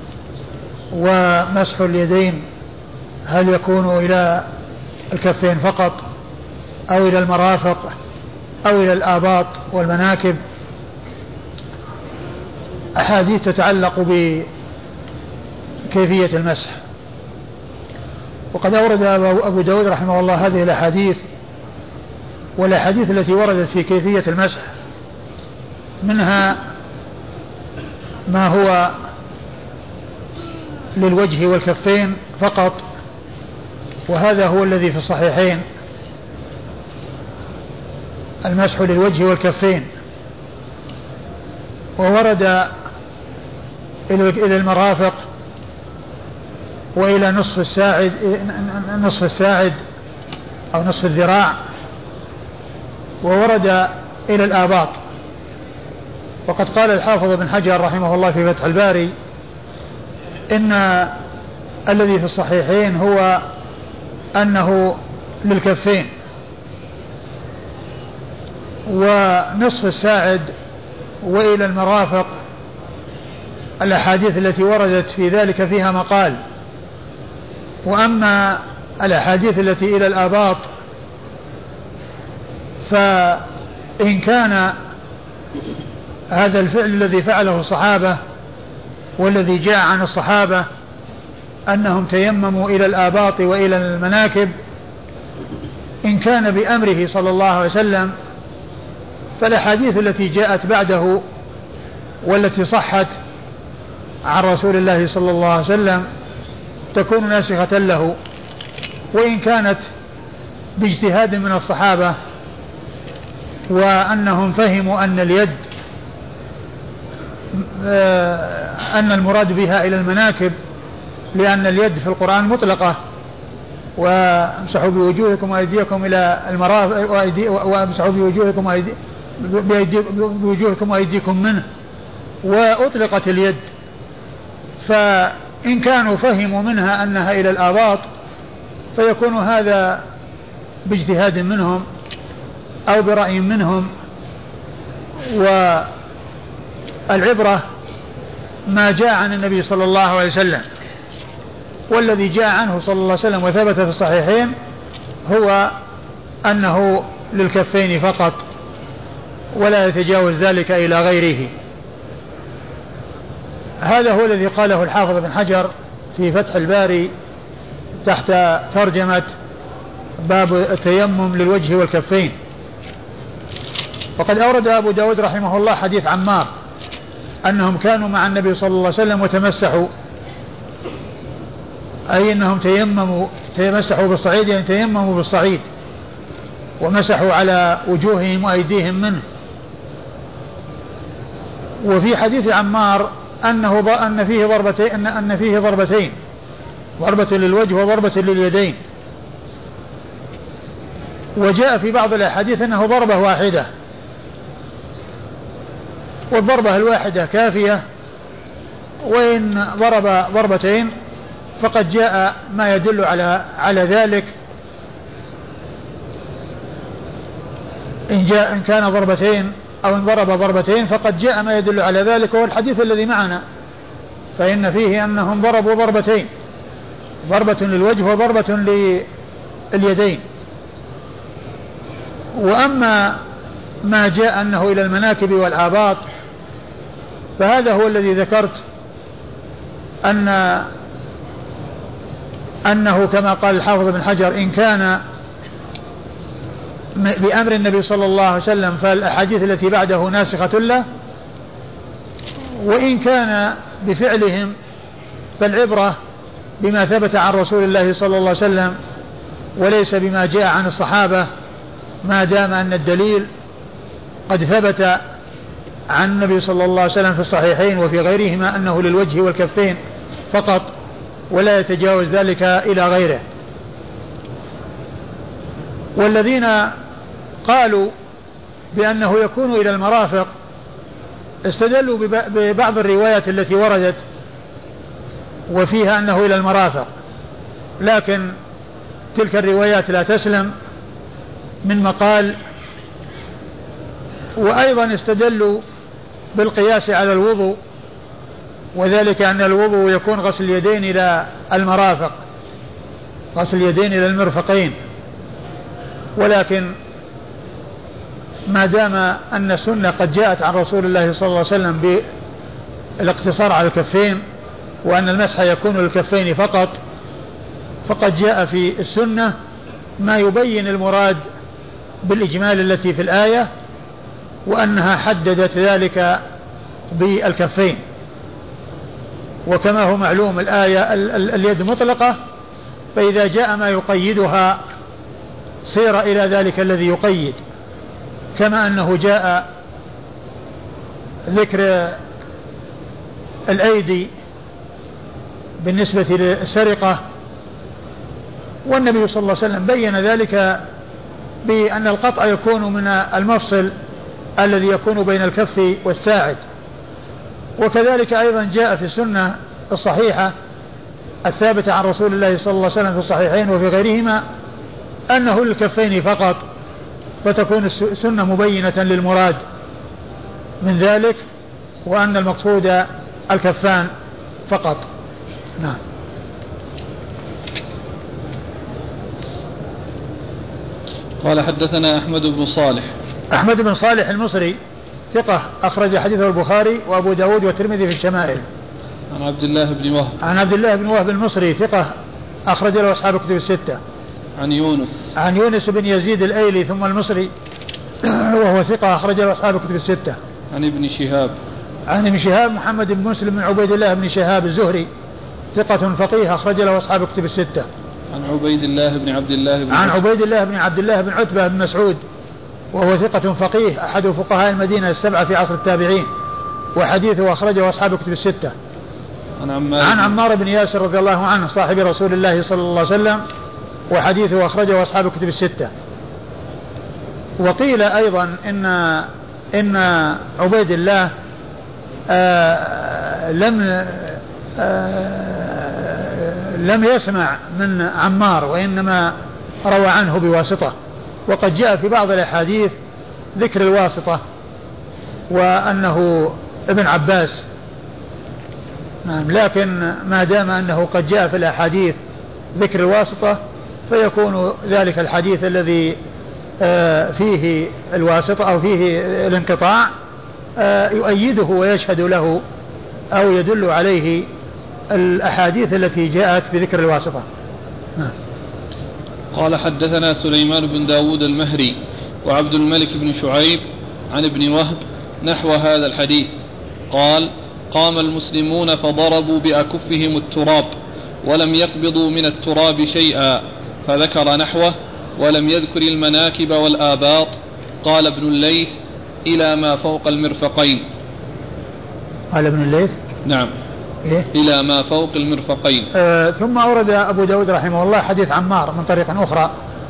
ومسح اليدين هل يكون إلى الكفين فقط أو إلى المرافق أو إلى الآباط والمناكب. أحاديث تتعلق بكيفية المسح. وقد أورد أبو داود رحمه الله هذه الأحاديث، والأحاديث التي وردت في كيفية المسح منها ما هو للوجه والكفين فقط، وهذا هو الذي في الصحيحين، المسح للوجه والكفين. وورد إلى المرافق وإلى نصف الساعد نصف الساعد أو نصف الذراع، وورد إلى الآباط. وقد قال الحافظ بن حجر رحمه الله في فتح الباري إن الذي في الصحيحين هو أنه للكفين، ونصف الساعد وإلى المرافق الأحاديث التي وردت في ذلك فيها مقال. وأما الأحاديث التي إلى الآباط فإن كان هذا الفعل الذي فعله الصحابة والذي جاء عن الصحابة أنهم تيمموا إلى الآباط وإلى المناكب، إن كان بأمره صلى الله عليه وسلم فالأحاديث التي جاءت بعده والتي صحت عن رسول الله صلى الله عليه وسلم تكون ناسخة له. وإن كانت باجتهاد من الصحابة وأنهم فهموا أن اليد أن المراد بها إلى المناكب، لأن اليد في القرآن مطلقة، وامسحوا بوجوهكم وأيديكم إلى المرافق وامسحوا بوجوهكم بوجوهكم وأيديكم منه، وأطلقت اليد. فإن كانوا فهموا منها أنها إلى الآباط فيكون هذا باجتهاد منهم أو برأي منهم، والعبرة ما جاء عن النبي صلى الله عليه وسلم. والذي جاء عنه صلى الله عليه وسلم وثبت في الصحيحين هو أنه للكفين فقط ولا يتجاوز ذلك إلى غيره. هذا هو الذي قاله الحافظ بن حجر في فتح الباري تحت ترجمة باب التيمم للوجه والكفين. وقد أورد أبو داود رحمه الله حديث عمار أنهم كانوا مع النبي صلى الله عليه وسلم وتمسحوا، أي أنهم تيمموا تمسحوا بالصعيد، يعني تيمموا بالصعيد ومسحوا على وجوههم وأيديهم منه. وفي حديث عمار أنه أن فيه ضربتين أن أن فيه ضربتين، ضربة للوجه وضربة لليدين. وجاء في بعض الأحاديث أنه ضربة واحدة، والضربة الواحدة كافية، وإن ضرب ضربتين فقد جاء ما يدل على على ذلك. إن جاء إن كان ضربتين أو إن ضرب ضربتين فقد جاء ما يدل على ذلك، وهو الحديث الذي معنا، فإن فيه أنهم ضربوا ضربتين، ضربة للوجه وضربة لليدين. وأما ما جاء أنه إلى المناكب والآباط فهذا هو الذي ذكرت أن أنه كما قال الحافظ بن حجر إن كان بأمر النبي صلى الله عليه وسلم فالأحاديث التي بعده ناسخة له، وإن كان بفعلهم فالعبرة بما ثبت عن رسول الله صلى الله عليه وسلم وليس بما جاء عن الصحابة، ما دام أن الدليل قد ثبت عن النبي صلى الله عليه وسلم في الصحيحين وفي غيرهما أنه للوجه والكفين فقط ولا يتجاوز ذلك إلى غيره. والذين قالوا بأنه يكون إلى المرافق استدلوا ببعض الروايات التي وردت وفيها أنه إلى المرافق، لكن تلك الروايات لا تسلم من مقال. وأيضا استدلوا بالقياس على الوضوء، وذلك أن الوضوء يكون غسل اليدين إلى المرافق، غسل اليدين إلى المرفقين، ولكن ما دام أن السنة قد جاءت عن رسول الله صلى الله عليه وسلم بالاقتصار على الكفين وأن المسح يكون للكفين فقط، فقد جاء في السنة ما يبين المراد بالإجمال التي في الآية، وأنها حددت ذلك بالكفين. وكما هو معلوم الآية اليد مطلقة، فإذا جاء ما يقيدها صير إلى ذلك الذي يقيد، كما أنه جاء ذكر الأيدي بالنسبة للسرقة، والنبي صلى الله عليه وسلم بين ذلك بأن القطع يكون من المفصل الذي يكون بين الكف والساعد. وكذلك أيضا جاء في السنة الصحيحة الثابتة عن رسول الله صلى الله عليه وسلم في الصحيحين وفي غيرهما أنه للكفين فقط، فتكون السنة مبينة للمراد من ذلك، وأن المقصود الكفان فقط. نعم. قال حدثنا أحمد بن صالح. أحمد بن صالح المصري ثقة أخرج حديثه البخاري وأبو داود والترمذي في الشمائل. عن عبد الله بن وهب. عن عبد الله بن وهب المصري ثقة أخرج له أصحاب الكتب الستة. عن يونس. عن يونس بن يزيد الأيلي ثم المصري وهو ثقة أخرج له أصحاب الكتب الستة. عن ابن شهاب. عن ابن شهاب محمد بن مسلم بن عبيد الله بن شهاب الزهري ثقة فقيه أخرج له أصحاب الكتب الستة. عن عبيد الله بن عبد الله بن عن عبيد الله بن عبد الله بن عتبة بن مسعود وهو ثقة فقيه أحد فقهاء المدينة السبعة في عصر التابعين، وحديثه أخرجه أصحاب الكتب الستة. عن عمار, عن عمار بن ياسر رضي الله عنه صاحب رسول الله صلى الله عليه وسلم، وحديثه أخرجه أصحاب الكتب الستة. وقيل أيضا إن إن عبيد الله آه لم آه لم يسمع من عمار، وإنما روى عنه بواسطة، وقد جاء في بعض الأحاديث ذكر الواسطة وأنه ابن عباس. نعم. لكن ما دام أنه قد جاء في الأحاديث ذكر الواسطة فيكون ذلك الحديث الذي آه فيه الواسطة أو فيه الانقطاع آه يؤيده ويشهد له أو يدل عليه الأحاديث التي جاءت بذكر الواسطة. نعم. قال حدثنا سليمان بن داود المهري وعبد الملك بن شعيب عن ابن وهب نحو هذا الحديث. قال: قام المسلمون فضربوا بأكفهم التراب ولم يقبضوا من التراب شيئا، فذكر نحوه ولم يذكر المناكب والآباط. قال ابن الليث: إلى ما فوق المرفقين. قال ابن الليث: نعم. إيه؟ إلى ما فوق المرفقين. آه ثم أورد أبو داود رحمه الله حديث عمار من طريق أخرى،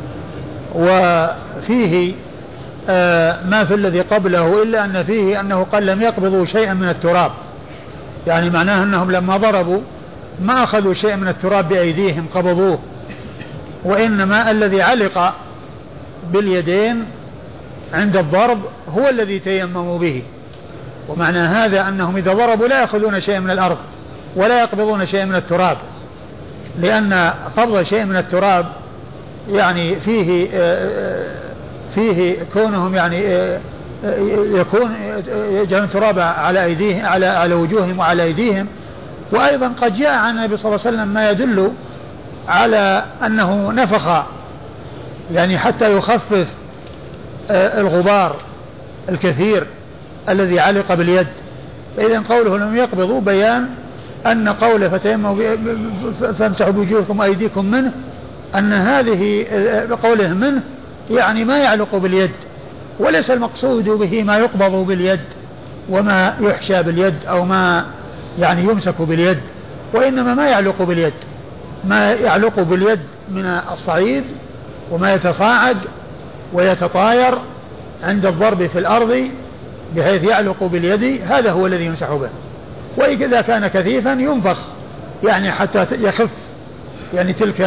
وفيه آه ما في الذي قبله، إلا أن فيه أنه قال لم يقبضوا شيئا من التراب، يعني معناه أنهم لما ضربوا ما أخذوا شيئا من التراب بأيديهم قبضوه، وإنما الذي علق باليدين عند الضرب هو الذي تيمموا به. ومعنى هذا أنهم إذا ضربوا لا يأخذون شيئا من الأرض ولا يقبضون شيئا من التراب، لأن قبض شيء من التراب يعني فيه فيه كونهم يعني يكون يجعلون تراب على أيديهم على على وجوههم وعلى أيديهم. وأيضا قد جاء عن النبي صلى الله عليه وسلم ما يدل على أنه نفخ يعني حتى يخفف الغبار الكثير الذي علق باليد. فإذا قوله لم يقبضوا بيان أن قوله فتيمموا فامسحوا بوجوهكم وأيديكم منه، أن هذه قوله منه يعني ما يعلق باليد وليس المقصود به ما يقبض باليد وما يحشى باليد أو ما يعني يمسك باليد، وإنما ما يعلق باليد، ما يعلق باليد من الصعيد وما يتصاعد ويتطاير عند الضرب في الأرض بحيث يعلق باليد، هذا هو الذي يمسح به. وإذا كان كثيفا ينفخ يعني حتى يخف يعني تلك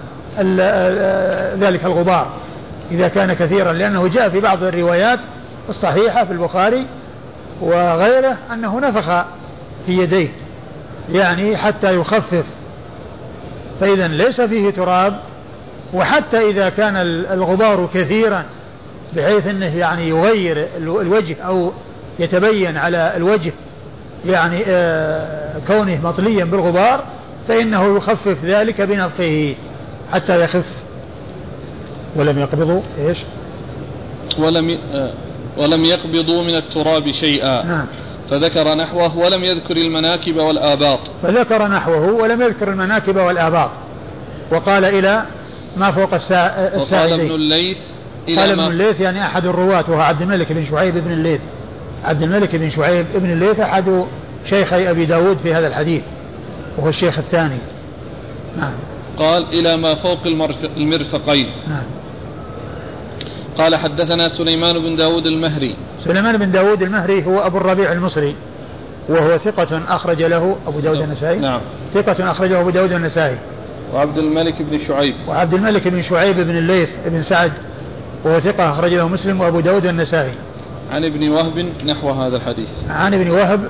ذلك الغبار إذا كان كثيرا، لأنه جاء في بعض الروايات الصحيحة في البخاري وغيره أنه نفخ في يديه يعني حتى يخفف، فإذا ليس فيه تراب. وحتى إذا كان الغبار كثيرا بحيث أنه يعني يغير الوجه أو يتبين على الوجه يعني آه كونه مطليا بالغبار، فإنه يخفف ذلك بنفخه حتى يخف. ولم يقبضوا إيش ولم آه ولم يقبضوا من التراب شيئا. نعم. فذكر نحوه ولم يذكر المناكب والآباط. فذكر نحوه ولم يذكر المناكب والآباط، وقال إلى ما فوق الساعدين. وقال ابن الليث قال ابن الليث يعني أحد الرواة وهو عبد الملك بن شعيب بن الليث. عبد الملك بن شعيب بن الليث أحد شيخي أبي داود في هذا الحديث وهو الشيخ الثاني. نعم. قال إلى ما فوق المرفقين. نعم. قال حدثنا سليمان بن داود المهري. سليمان بن داود المهري هو أبو الربيع المصري وهو ثقة أخرج له أبو داود النسائي. نعم. ثقة أخرجه أبو داود النسائي. وعبد الملك بن شعيب. وعبد الملك بن شعيب بن الليث بن سعد وهو ثقة أخرج له مسلم وأبو داود النسائي. عن ابن وهب نحو هذا الحديث. عن ابن وهب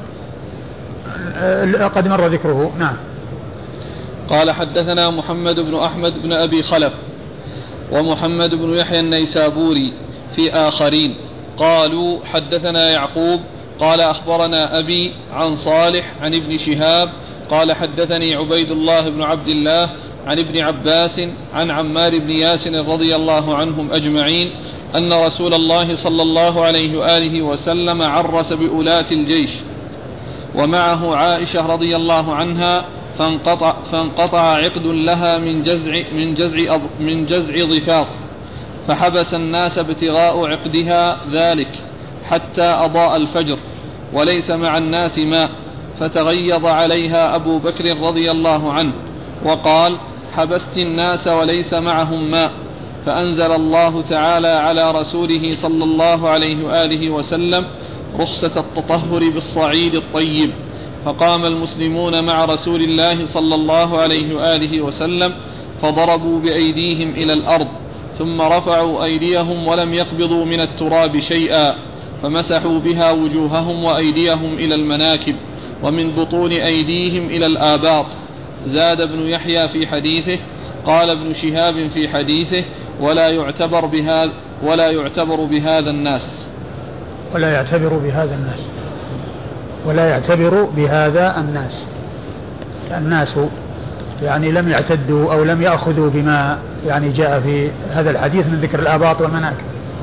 قد مر ذكره. نعم. قال حدثنا محمد بن أحمد بن أبي خلف ومحمد بن يحيى النيسابوري في آخرين قالوا حدثنا يعقوب قال أخبرنا أبي عن صالح عن ابن شهاب قال حدثني عبيد الله بن عبد الله عن ابن عباس عن عمار بن ياسر رضي الله عنهم أجمعين أن رسول الله صلى الله عليه وآله وسلم عرس بأولاة الجيش ومعه عائشة رضي الله عنها فانقطع, فانقطع عقد لها من جزع, من جزع, من جزع ضفاط فحبس الناس ابتغاء عقدها ذلك حتى أضاء الفجر وليس مع الناس ماء فتغيظ عليها أبو بكر رضي الله عنه وقال حبست الناس وليس معهم ماء فأنزل الله تعالى على رسوله صلى الله عليه وآله وسلم رخصة التطهر بالصعيد الطيب فقام المسلمون مع رسول الله صلى الله عليه وآله وسلم فضربوا بأيديهم إلى الأرض ثم رفعوا أيديهم ولم يقبضوا من التراب شيئا فمسحوا بها وجوههم وأيديهم إلى المناكب ومن بطون أيديهم إلى الآباط. زاد ابن يحيى في حديثه قال ابن شهاب في حديثه ولا يعتبر بهذا ولا يعتبر بهذا الناس ولا يعتبر بهذا الناس ولا يعتبر بهذا الناس الناس يعني لم يعتدوا أو لم يأخذوا بما يعني جاء في هذا الحديث من ذكر الآباط والمناكب.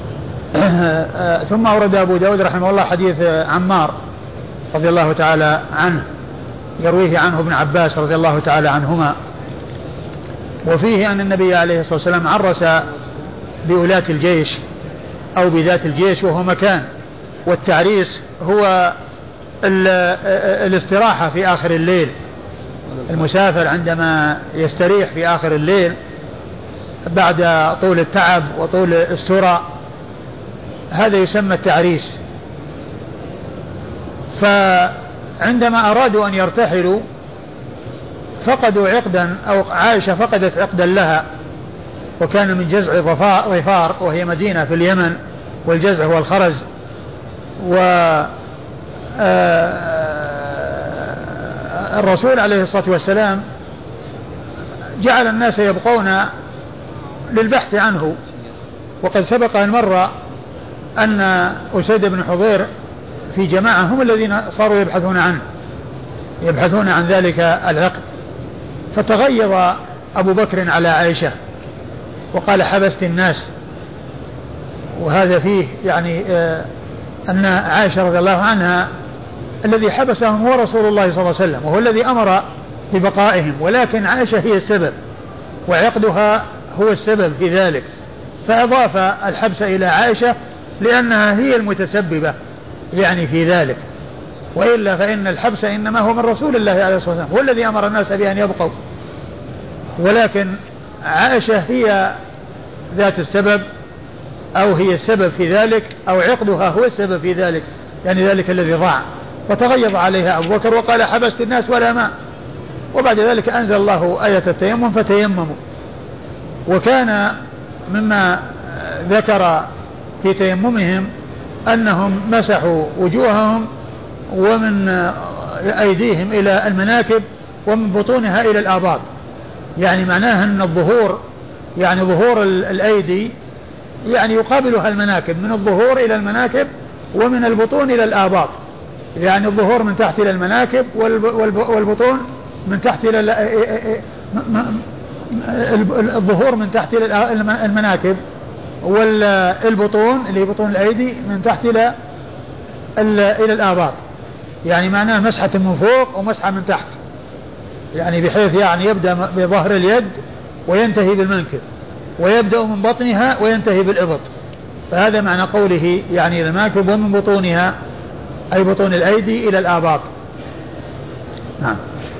ثم أورد أبو داود رحمه الله حديث عمار رضي الله تعالى عنه يرويه عنه ابن عباس رضي الله تعالى عنهما وفيه أن النبي عليه الصلاة والسلام عرس بولاة الجيش أو بذات الجيش وهو مكان، والتعريس هو الاستراحة في آخر الليل. المسافر عندما يستريح في آخر الليل بعد طول التعب وطول السرى هذا يسمى التعريس. فعندما أرادوا أن يرتحلوا فقدوا عقدا أو عائشة فقدت عقدا لها وكان من جزع ظفار وهي مدينة في اليمن والجزع هو الخرز. والرسول عليه الصلاة والسلام جعل الناس يبقون للبحث عنه وقد سبق أن مر أن أسيد بن حضير في جماعة هم الذين صاروا يبحثون عنه يبحثون عن ذلك العقد فتغيظ أبو بكر على عائشة وقال حبست الناس. وهذا فيه يعني آه أن عائشة رضي الله عنها الذي حبسهم هو رسول الله صلى الله عليه وسلم وهو الذي أمر ببقائهم، ولكن عائشة هي السبب وعقدها هو السبب في ذلك، فأضاف الحبس إلى عائشة لأنها هي المتسببة يعني في ذلك، وإلا فإن الحبس إنما هو من رسول الله عليه الصلاة والسلام، هو الذي أمر الناس بأن يبقوا، ولكن عائشة هي ذات السبب أو هي السبب في ذلك، أو عقدها هو السبب في ذلك، يعني ذلك الذي ضاع، فتغيظ عليها أبو بكر وقال حبست الناس ولا ماء، وبعد ذلك أنزل الله آية التيمم فتيمموا. وكان مما ذكر في تيممهم أنهم مسحوا وجوههم ومن أيديهم إلى المناكب ومن بطونها إلى الآباط، يعني معناها أن الظهور يعني ظهور الأيدي يعني يقابلها المناكب، من الظهور إلى المناكب ومن البطون إلى الآباط، يعني الظهور من تحت إلى المناكب والبطون من تحت إلى الظهور من تحت إلى المناكب، والبطون اللي هي بطون الأيدي من تحت إلى إلى الآباط، يعني معناه مسحة من فوق ومسحة من تحت، يعني بحيث يعني يبدأ بظهر اليد وينتهي بالمنكب، ويبدأ من بطنها وينتهي بالإبط، فهذا معنى قوله يعني المناكب ومن بطونها أي بطون الأيدي إلى الآباط. نعم.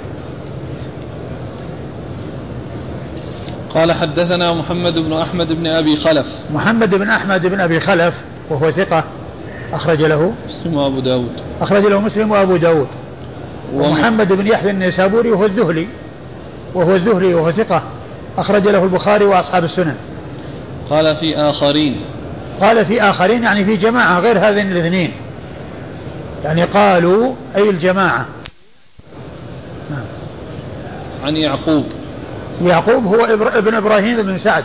قال حدثنا محمد بن أحمد بن أبي خلف. محمد بن أحمد بن أبي خلف وهو ثقة أخرج له مسلم وأبو داود. أخرج له مسلم وأبو داود. ومحمد بن يحيى النيسابوري وهو الذهلي وهو الذهلي وهو ثقة أخرج له البخاري وأصحاب السنن. قال في آخرين. قال في آخرين يعني في جماعة غير هذين الاثنين، يعني قالوا أي الجماعة. نعم. عن يعقوب. يعقوب هو ابن إبراهيم بن سعد،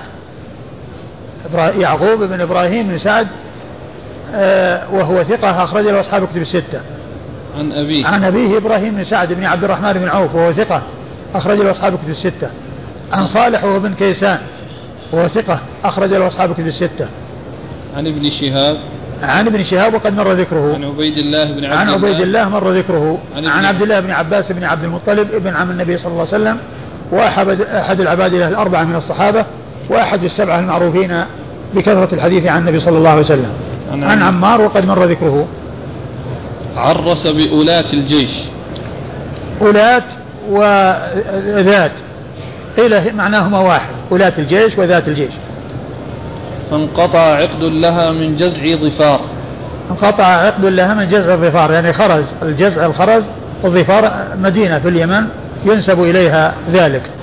يعقوب بن إبراهيم بن سعد آه وهو ثقة أخرج له أصحاب كتب الستة. عن أبيه. عن أبيه إبراهيم بن سعد بن عبد الرحمن بن عوف وهو ثقة أخرج له أصحاب كتب الستة. عن صالح وهو بن كيسان وهو ثقة أخرج له أصحاب كتب الستة. عن ابن شهاب. عن ابن شهاب وقد مر ذكره. عن عبيد الله بن عبد عن عبيد الله مر ذكره. عن, عن عبد الله بن عباس بن عبد المطلب ابن عم النبي صلى الله عليه وسلم، وأحد أحد العبادلة الأربعة من الصحابة، وأحد السبعة المعروفين بكثرة الحديث عن النبي صلى الله عليه وسلم. عن, عن عمار وقد مر ذكره. عرس بأولات الجيش. أولات وذات قيل معناهما واحد، أولات الجيش وذات الجيش. فانقطع عقد لها من جزع ظفار. انقطع عقد لها من جزع الظفار، يعني خرز الجزع الخرز، والظفار مدينة في اليمن ينسب إليها ذلك.